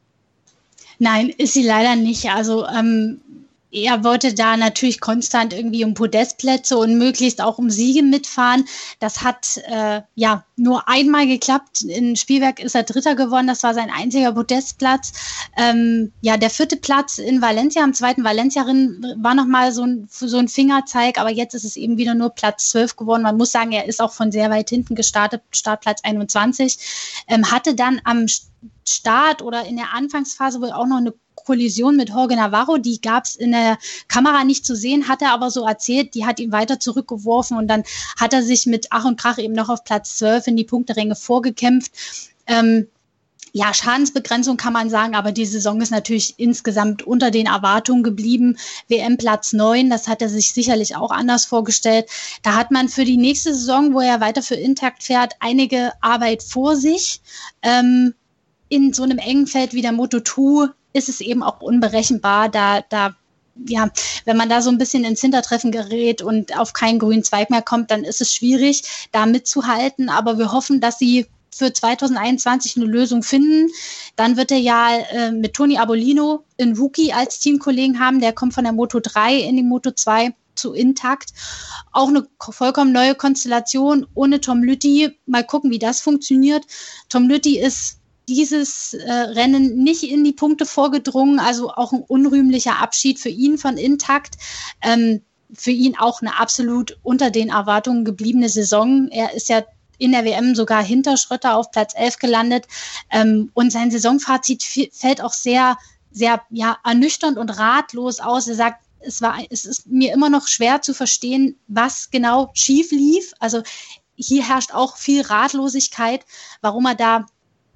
Nein, ist sie leider nicht. Also ähm, er wollte da natürlich konstant irgendwie um Podestplätze und möglichst auch um Siege mitfahren. Das hat äh, ja nur einmal geklappt. In Spielberg ist er Dritter geworden. Das war sein einziger Podestplatz. Ähm, ja, der vierte Platz in Valencia, am zweiten Valencia-Rennen war nochmal so ein, so ein Fingerzeig. Aber jetzt ist es eben wieder nur Platz zwölf geworden. Man muss sagen, er ist auch von sehr weit hinten gestartet, Startplatz einundzwanzig. Ähm, hatte dann am Start oder in der Anfangsphase wohl auch noch eine Kollision mit Jorge Navarro, die gab es in der Kamera nicht zu sehen, hat er aber so erzählt, die hat ihn weiter zurückgeworfen und dann hat er sich mit Ach und Krach eben noch auf Platz zwölf in die Punkteränge vorgekämpft. Ähm, ja, Schadensbegrenzung kann man sagen, aber die Saison ist natürlich insgesamt unter den Erwartungen geblieben. W M Platz neun, das hat er sich sicherlich auch anders vorgestellt. Da hat man für die nächste Saison, wo er weiter für Intact fährt, einige Arbeit vor sich. Ähm, in so einem engen Feld wie der Moto zwei ist es eben auch unberechenbar, da, da, ja, wenn man da so ein bisschen ins Hintertreffen gerät und auf keinen grünen Zweig mehr kommt, dann ist es schwierig, da mitzuhalten. Aber wir hoffen, dass sie für zwanzig einundzwanzig eine Lösung finden. Dann wird er ja äh, mit Tony Arbolino einen Rookie als Teamkollegen haben, der kommt von der Moto drei in die Moto zwei zu Intact. Auch eine vollkommen neue Konstellation ohne Tom Lüthi. Mal gucken, wie das funktioniert. Tom Lüthi ist dieses äh, Rennen nicht in die Punkte vorgedrungen, also auch ein unrühmlicher Abschied für ihn von Intact. Ähm, für ihn auch eine absolut unter den Erwartungen gebliebene Saison. Er ist ja in der W M sogar hinter Schrötter auf Platz elf gelandet. Ähm, und sein Saisonfazit f- fällt auch sehr, sehr ja, ernüchternd und ratlos aus. Er sagt, es war, es ist mir immer noch schwer zu verstehen, was genau schief lief. Also hier herrscht auch viel Ratlosigkeit, warum er da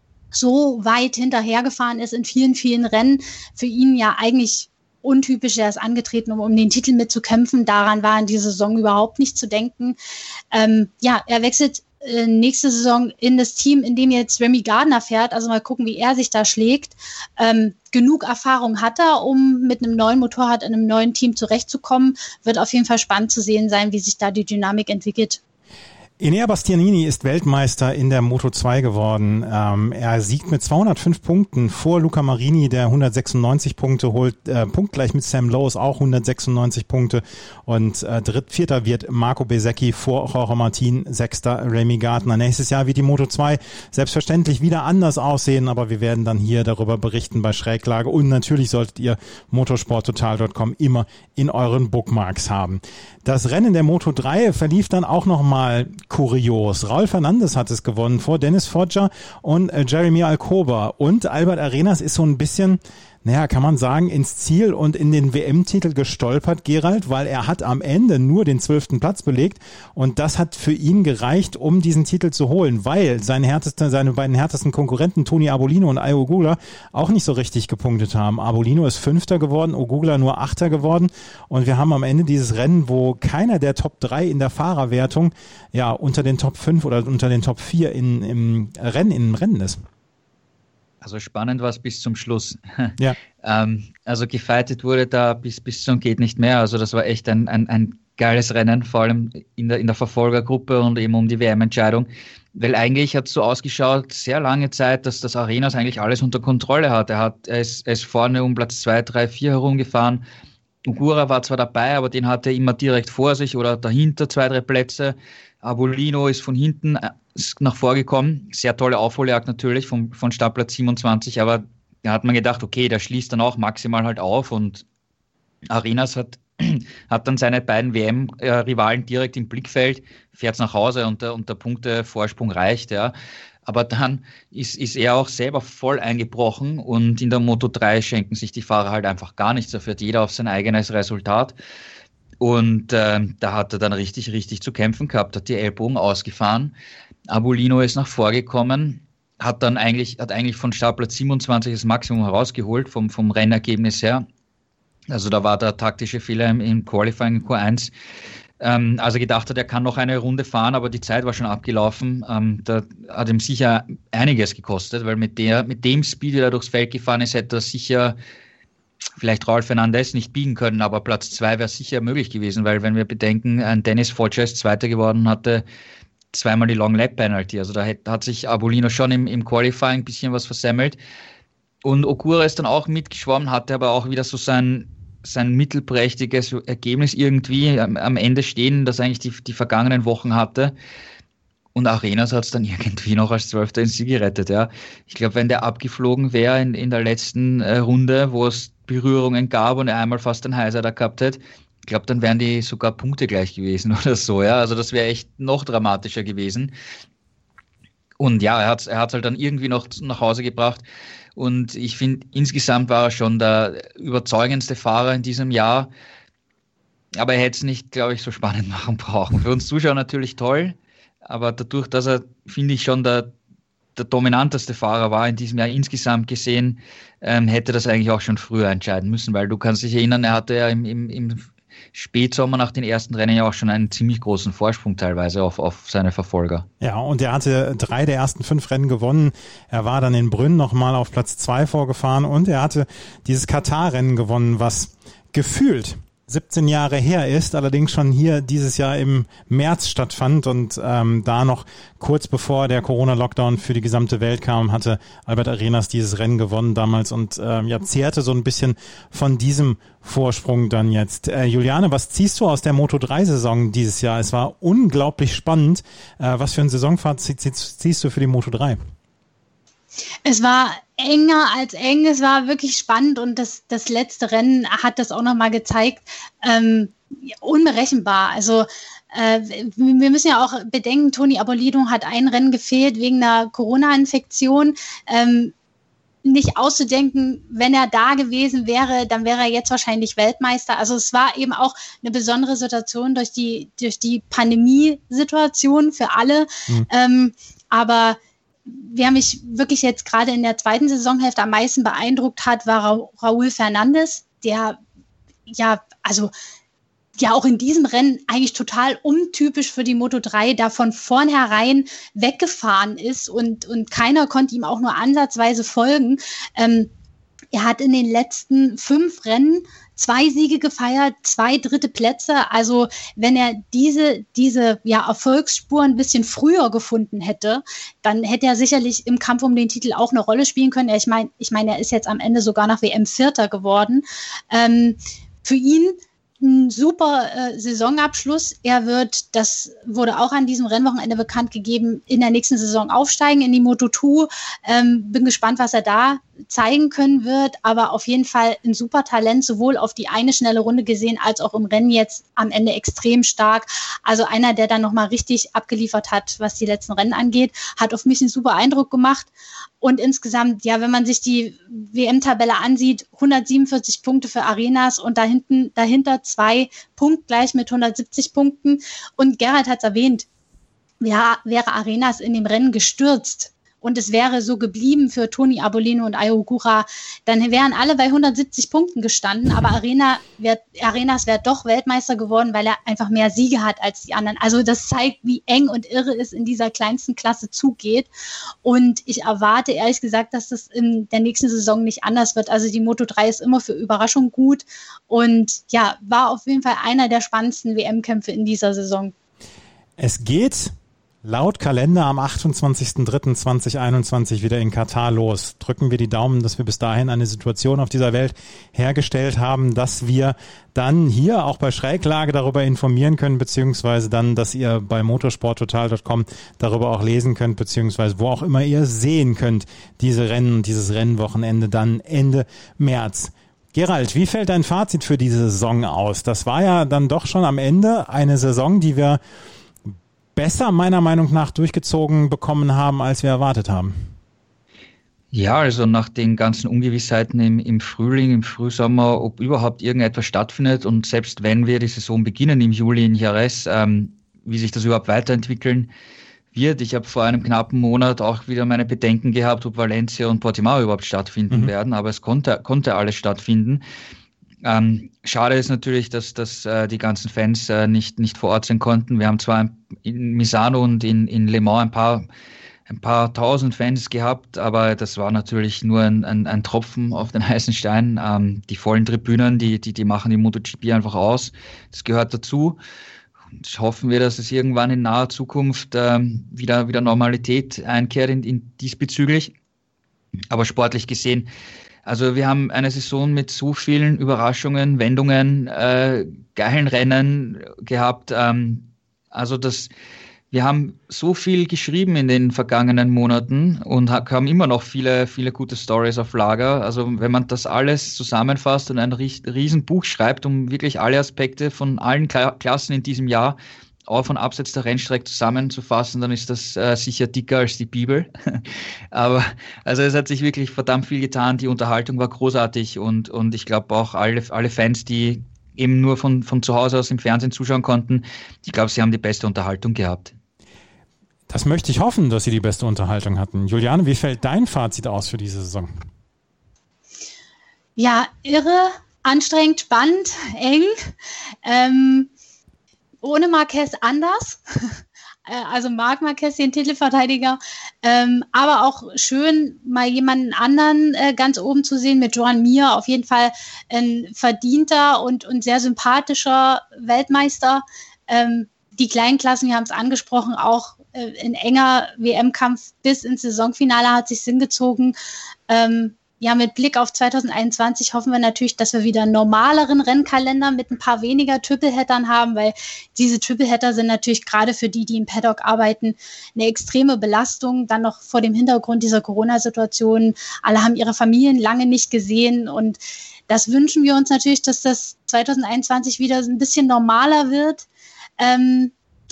so weit hinterhergefahren ist in vielen, vielen Rennen. Für ihn ja eigentlich untypisch, er ist angetreten, um um den Titel mitzukämpfen. Daran war in dieser Saison überhaupt nicht zu denken. Ähm, ja, er wechselt äh, nächste Saison in das Team, in dem jetzt Remy Gardner fährt. Also mal gucken, wie er sich da schlägt. Ähm, genug Erfahrung hat er, um mit einem neuen Motorrad in einem neuen Team zurechtzukommen. Wird auf jeden Fall spannend zu sehen sein, wie sich da die Dynamik entwickelt. Enea Bastianini ist Weltmeister in der Moto zwei geworden. Ähm, er siegt mit zweihundertfünf Punkten vor Luca Marini, der hundertsechsundneunzig Punkte holt, äh, punktgleich mit Sam Lowes auch hundertsechsundneunzig Punkte. Und äh, dritt, vierter wird Marco Bezzecchi vor Jorge Martin, sechster Remy Gardner. Nächstes Jahr wird die Moto zwei selbstverständlich wieder anders aussehen, aber wir werden dann hier darüber berichten bei Schräglage. Und natürlich solltet ihr motorsporttotal Punkt com immer in euren Bookmarks haben. Das Rennen der Moto drei verlief dann auch nochmal kurios. Raul Fernandes hat es gewonnen vor Dennis Foggia und äh, Jeremy Alcoba. Und Albert Arenas ist so ein bisschen, naja, kann man sagen, ins Ziel und in den W M-Titel gestolpert, Gerald, weil er hat am Ende nur den zwölften Platz belegt und das hat für ihn gereicht, um diesen Titel zu holen, weil seine, härteste, seine beiden härtesten Konkurrenten, Tony Arbolino und Ayo Ogugla, auch nicht so richtig gepunktet haben. Arbolino ist Fünfter geworden, Ogugla nur Achter geworden und wir haben am Ende dieses Rennen, wo keiner der Top drei in der Fahrerwertung ja unter den Top fünf oder unter den Top vier in, im Rennen, im Rennen ist. Also spannend war es bis zum Schluss. Ja. ähm, also gefightet wurde da bis, bis zum geht nicht mehr. Also das war echt ein, ein, ein geiles Rennen, vor allem in der, in der Verfolgergruppe und eben um die W M-Entscheidung. Weil eigentlich hat es so ausgeschaut, sehr lange Zeit, dass das Arenas eigentlich alles unter Kontrolle hat. Er, hat, er, ist, er ist vorne um Platz zwei, drei, vier herumgefahren. Ogura war zwar dabei, aber den hatte er immer direkt vor sich oder dahinter zwei, drei Plätze. Arbolino ist von hinten nach vorgekommen. Sehr tolle Aufholjagd natürlich von, von Startplatz siebenundzwanzig, aber da hat man gedacht, okay, der schließt dann auch maximal halt auf und Arenas hat, hat dann seine beiden W M-Rivalen direkt im Blickfeld, fährt nach Hause und der, und der Punktevorsprung reicht, ja. Aber dann ist, ist er auch selber voll eingebrochen und in der Moto drei schenken sich die Fahrer halt einfach gar nichts. Da fährt jeder auf sein eigenes Resultat. Und äh, da hat er dann richtig, richtig zu kämpfen gehabt, hat die Ellbogen ausgefahren. Arbolino ist nach vorgekommen, hat dann eigentlich, hat eigentlich von Startplatz siebenundzwanzig das Maximum herausgeholt vom, vom Rennergebnis her. Also da war der taktische Fehler im, im Qualifying in Q eins. Ähm, also gedacht hat, er kann noch eine Runde fahren, aber die Zeit war schon abgelaufen. Ähm, da hat ihm sicher einiges gekostet, weil mit der, mit dem Speed, wie er durchs Feld gefahren ist, hätte er sicher vielleicht Raul Fernandes nicht biegen können, aber Platz zwei wäre sicher möglich gewesen, weil wenn wir bedenken, ein Dennis Foggia ist Zweiter geworden, hatte zweimal die Long Lap Penalty, also da hat, hat sich Arbolino schon im, im Qualifying ein bisschen was versemmelt und Ogura ist dann auch mitgeschwommen, hatte aber auch wieder so sein, sein mittelprächtiges Ergebnis irgendwie am, am Ende stehen, das eigentlich die, die vergangenen Wochen hatte. Und Arenas hat es dann irgendwie noch als Zwölfter ins Ziel gerettet, ja. Ich glaube, wenn der abgeflogen wäre in, in der letzten äh, Runde, wo es Berührungen gab und er einmal fast einen Heiser da gehabt hätte, ich glaube, dann wären die sogar Punkte gleich gewesen oder so, ja. Also das wäre echt noch dramatischer gewesen. Und ja, er hat es er hat's halt dann irgendwie noch nach Hause gebracht. Und ich finde, insgesamt war er schon der überzeugendste Fahrer in diesem Jahr. Aber er hätte es nicht, glaube ich, so spannend machen brauchen. Für uns Zuschauer natürlich toll. Aber dadurch, dass er, finde ich, schon der, der dominanteste Fahrer war in diesem Jahr insgesamt gesehen, ähm, hätte das eigentlich auch schon früher entscheiden müssen, weil du kannst dich erinnern, er hatte ja im, im, im Spätsommer nach den ersten Rennen ja auch schon einen ziemlich großen Vorsprung teilweise auf, auf seine Verfolger. Ja, und er hatte drei der ersten fünf Rennen gewonnen. Er war dann in Brünn nochmal auf Platz zwei vorgefahren und er hatte dieses Katar-Rennen gewonnen, was gefühlt siebzehn Jahre her ist, allerdings schon hier dieses Jahr im März stattfand und ähm, da noch kurz bevor der Corona-Lockdown für die gesamte Welt kam, hatte Albert Arenas dieses Rennen gewonnen damals und ähm, ja, zehrte so ein bisschen von diesem Vorsprung dann jetzt. Äh, Juliane, was ziehst du aus der Moto drei Saison dieses Jahr? Es war unglaublich spannend. Äh, was für ein Saisonfazit ziehst du für die Moto drei? Es war enger als eng, es war wirklich spannend und das, das letzte Rennen hat das auch nochmal gezeigt, ähm, unberechenbar. Also äh, wir müssen ja auch bedenken, Tony Arbolino hat ein Rennen gefehlt wegen einer Corona-Infektion. Ähm, nicht auszudenken, wenn er da gewesen wäre, dann wäre er jetzt wahrscheinlich Weltmeister. Also es war eben auch eine besondere Situation durch die, durch die Pandemiesituation für alle. Mhm. Ähm, aber wer mich wirklich jetzt gerade in der zweiten Saisonhälfte am meisten beeindruckt hat, war Ra- Raúl Fernández, der ja, also ja auch in diesem Rennen eigentlich total untypisch für die Moto drei da von vornherein weggefahren ist und, und keiner konnte ihm auch nur ansatzweise folgen. Ähm, er hat in den letzten fünf Rennen zwei Siege gefeiert, zwei dritte Plätze. Also wenn er diese, diese ja, Erfolgsspur ein bisschen früher gefunden hätte, dann hätte er sicherlich im Kampf um den Titel auch eine Rolle spielen können. Ich meine, ich meine, er ist jetzt am Ende sogar nach W M Vierter geworden. Ähm, für ihn ein super äh, Saisonabschluss. Er wird, das wurde auch an diesem Rennwochenende bekannt gegeben, in der nächsten Saison aufsteigen in die Moto zwei. Ähm, bin gespannt, was er da zeigen können wird, aber auf jeden Fall ein super Talent, sowohl auf die eine schnelle Runde gesehen, als auch im Rennen jetzt am Ende extrem stark. Also einer, der dann nochmal richtig abgeliefert hat, was die letzten Rennen angeht, hat auf mich einen super Eindruck gemacht. Und insgesamt, ja, wenn man sich die W M-Tabelle ansieht, hundertsiebenundvierzig Punkte für Arenas und dahinten, dahinter zwei punktgleich mit hundertsiebzig Punkten. Und Gerhard hat es erwähnt, ja, wäre Arenas in dem Rennen gestürzt und es wäre so geblieben für Toni Arbolino und Ayo Ogura, dann wären alle bei hundertsiebzig Punkten gestanden, aber Arena wär, Arenas wäre doch Weltmeister geworden, weil er einfach mehr Siege hat als die anderen. Also das zeigt, wie eng und irre es in dieser kleinsten Klasse zugeht und ich erwarte ehrlich gesagt, dass das in der nächsten Saison nicht anders wird. Also die Moto drei ist immer für Überraschung gut und ja, war auf jeden Fall einer der spannendsten W M-Kämpfe in dieser Saison. Es geht laut Kalender am achtundzwanzigsten dritten zweitausendeinundzwanzig wieder in Katar los. Drücken wir die Daumen, dass wir bis dahin eine Situation auf dieser Welt hergestellt haben, dass wir dann hier auch bei Schräglage darüber informieren können, beziehungsweise dann, dass ihr bei motorsporttotal punkt com darüber auch lesen könnt, beziehungsweise wo auch immer ihr sehen könnt, diese Rennen, dieses Rennwochenende dann Ende März. Gerald, wie fällt dein Fazit für diese Saison aus? Das war ja dann doch schon am Ende eine Saison, die wir besser meiner Meinung nach durchgezogen bekommen haben, als wir erwartet haben. Ja, also nach den ganzen Ungewissheiten im, im Frühling, im Frühsommer, ob überhaupt irgendetwas stattfindet und selbst wenn wir die Saison beginnen im Juli in Jerez, ähm, wie sich das überhaupt weiterentwickeln wird. Ich habe vor einem knappen Monat auch wieder meine Bedenken gehabt, ob Valencia und Portimao überhaupt stattfinden mhm. werden, aber es konnte, konnte alles stattfinden. Ähm, schade ist natürlich, dass, dass äh, die ganzen Fans äh, nicht, nicht vor Ort sein konnten. Wir haben zwar in Misano und in, in Le Mans ein paar, ein paar tausend Fans gehabt, aber das war natürlich nur ein, ein, ein Tropfen auf den heißen Stein. Ähm, die vollen Tribünen, die, die, die machen die MotoGP einfach aus. Das gehört dazu. Und hoffen wir, dass es irgendwann in naher Zukunft ähm, wieder, wieder Normalität einkehrt in, in diesbezüglich. Aber sportlich gesehen, also wir haben eine Saison mit so vielen Überraschungen, Wendungen, äh, geilen Rennen gehabt. Ähm, also das, wir haben so viel geschrieben in den vergangenen Monaten und haben immer noch viele, viele gute Stories auf Lager. Also wenn man das alles zusammenfasst und ein riesen Buch schreibt, um wirklich alle Aspekte von allen Kla- Klassen in diesem Jahr auf und abseits der Rennstrecke zusammenzufassen, dann ist das äh, sicher dicker als die Bibel. Aber also es hat sich wirklich verdammt viel getan. Die Unterhaltung war großartig und, und ich glaube auch alle, alle Fans, die eben nur von, von zu Hause aus im Fernsehen zuschauen konnten, ich glaube, sie haben die beste Unterhaltung gehabt. Das möchte ich hoffen, dass sie die beste Unterhaltung hatten. Juliane, wie fällt dein Fazit aus für diese Saison? Ja, irre, anstrengend, spannend, eng. Ähm, ohne Marquez anders. Also Marc Marquez, den Titelverteidiger. Ähm, aber auch schön, mal jemanden anderen äh, ganz oben zu sehen mit Joan Mir. Auf jeden Fall ein verdienter und, und sehr sympathischer Weltmeister. Ähm, die kleinen Klassen, wir haben es angesprochen, auch äh, ein enger W M-Kampf bis ins Saisonfinale hat sich hingezogen. Ähm, Ja, mit Blick auf zwanzig einundzwanzig hoffen wir natürlich, dass wir wieder einen normaleren Rennkalender mit ein paar weniger Tripleheadern haben, weil diese Tripleheader sind natürlich gerade für die, die im Paddock arbeiten, eine extreme Belastung. Dann noch vor dem Hintergrund dieser Corona-Situation. Alle haben ihre Familien lange nicht gesehen und das wünschen wir uns natürlich, dass das zwanzig einundzwanzig wieder ein bisschen normaler wird. Ähm,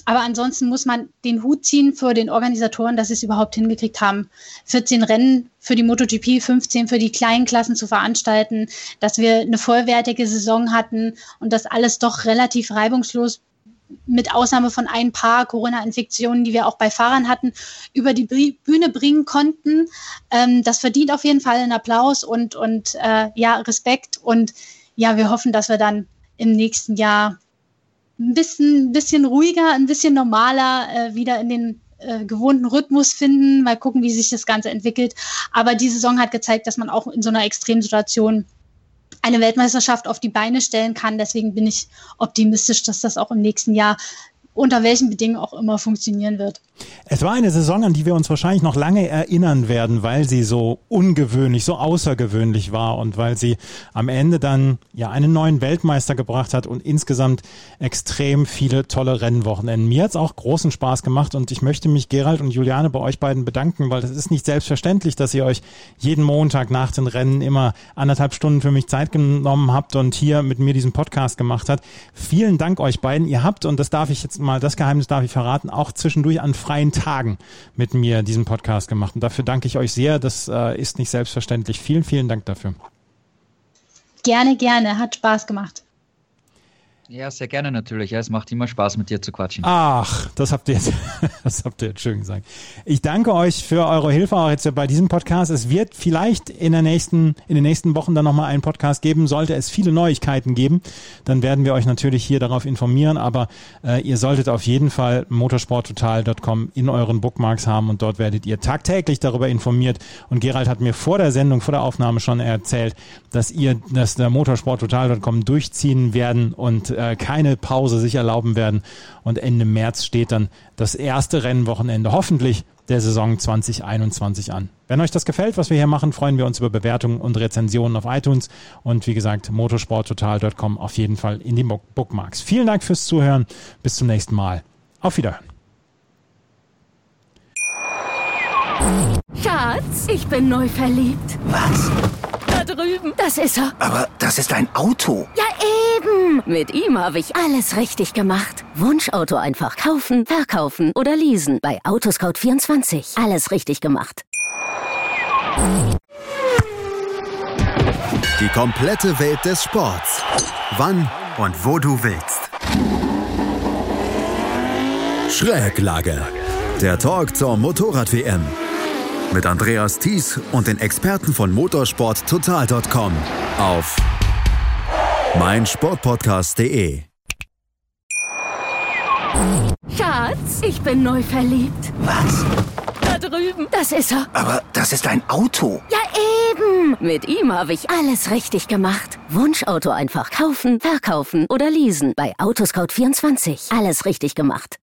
Aber ansonsten muss man den Hut ziehen für den Organisatoren, dass sie es überhaupt hingekriegt haben, vierzehn Rennen für die MotoGP, fünfzehn für die kleinen Klassen zu veranstalten, dass wir eine vollwertige Saison hatten und das alles doch relativ reibungslos, mit Ausnahme von ein paar Corona-Infektionen, die wir auch bei Fahrern hatten, über die Bühne bringen konnten. Ähm, das verdient auf jeden Fall einen Applaus und, und äh, ja, Respekt. Und ja, wir hoffen, dass wir dann im nächsten Jahr ein bisschen, bisschen ruhiger, ein bisschen normaler äh, wieder in den äh, gewohnten Rhythmus finden. Mal gucken, wie sich das Ganze entwickelt. Aber die Saison hat gezeigt, dass man auch in so einer Extremsituation eine Weltmeisterschaft auf die Beine stellen kann. Deswegen bin ich optimistisch, dass das auch im nächsten Jahr unter welchen Bedingungen auch immer funktionieren wird. Es war eine Saison, an die wir uns wahrscheinlich noch lange erinnern werden, weil sie so ungewöhnlich, so außergewöhnlich war und weil sie am Ende dann ja einen neuen Weltmeister gebracht hat und insgesamt extrem viele tolle Rennwochenenden. Mir hat es auch großen Spaß gemacht und ich möchte mich, Gerald und Juliane, bei euch beiden bedanken, weil das ist nicht selbstverständlich, dass ihr euch jeden Montag nach den Rennen immer anderthalb Stunden für mich Zeit genommen habt und hier mit mir diesen Podcast gemacht habt. Vielen Dank euch beiden. Ihr habt, und das darf ich jetzt mal, das Geheimnis darf ich verraten, auch zwischendurch an freien Tagen mit mir diesen Podcast gemacht. Und dafür danke ich euch sehr. Das äh, ist nicht selbstverständlich. Vielen, vielen Dank dafür. Gerne, gerne. Hat Spaß gemacht. Ja, sehr gerne natürlich. Ja, es macht immer Spaß, mit dir zu quatschen. Ach, das habt ihr jetzt, das habt ihr jetzt schön gesagt. Ich danke euch für eure Hilfe auch jetzt bei diesem Podcast. Es wird vielleicht in der nächsten, in den nächsten Wochen dann nochmal einen Podcast geben. Sollte es viele Neuigkeiten geben, dann werden wir euch natürlich hier darauf informieren. Aber äh, ihr solltet auf jeden Fall motorsporttotal Punkt com in euren Bookmarks haben und dort werdet ihr tagtäglich darüber informiert. Und Gerald hat mir vor der Sendung, vor der Aufnahme schon erzählt, dass ihr, dass der motorsporttotal Punkt com durchziehen werden und keine Pause sich erlauben werden. Und Ende März steht dann das erste Rennwochenende hoffentlich der Saison zwanzig einundzwanzig an. Wenn euch das gefällt, was wir hier machen, freuen wir uns über Bewertungen und Rezensionen auf iTunes und wie gesagt, motorsporttotal Punkt com auf jeden Fall in die Bookmarks. Vielen Dank fürs Zuhören. Bis zum nächsten Mal. Auf Wiederhören. Schatz, ich bin neu verliebt. Was? Da drüben. Das ist er. Aber das ist ein Auto. Ja, eben. Mit ihm habe ich alles richtig gemacht. Wunschauto einfach kaufen, verkaufen oder leasen. Bei Autoscout vierundzwanzig. Alles richtig gemacht. Die komplette Welt des Sports. Wann und wo du willst. Schräglage. Der Talk zur Motorrad-W M. Mit Andreas Thies und den Experten von motorsporttotal Punkt com auf meinsportpodcast punkt de. Schatz, ich bin neu verliebt. Was? Da drüben. Das ist er. Aber das ist ein Auto. Ja, eben. Mit ihm habe ich alles richtig gemacht. Wunschauto einfach kaufen, verkaufen oder leasen. Bei Autoscout vierundzwanzig. Alles richtig gemacht.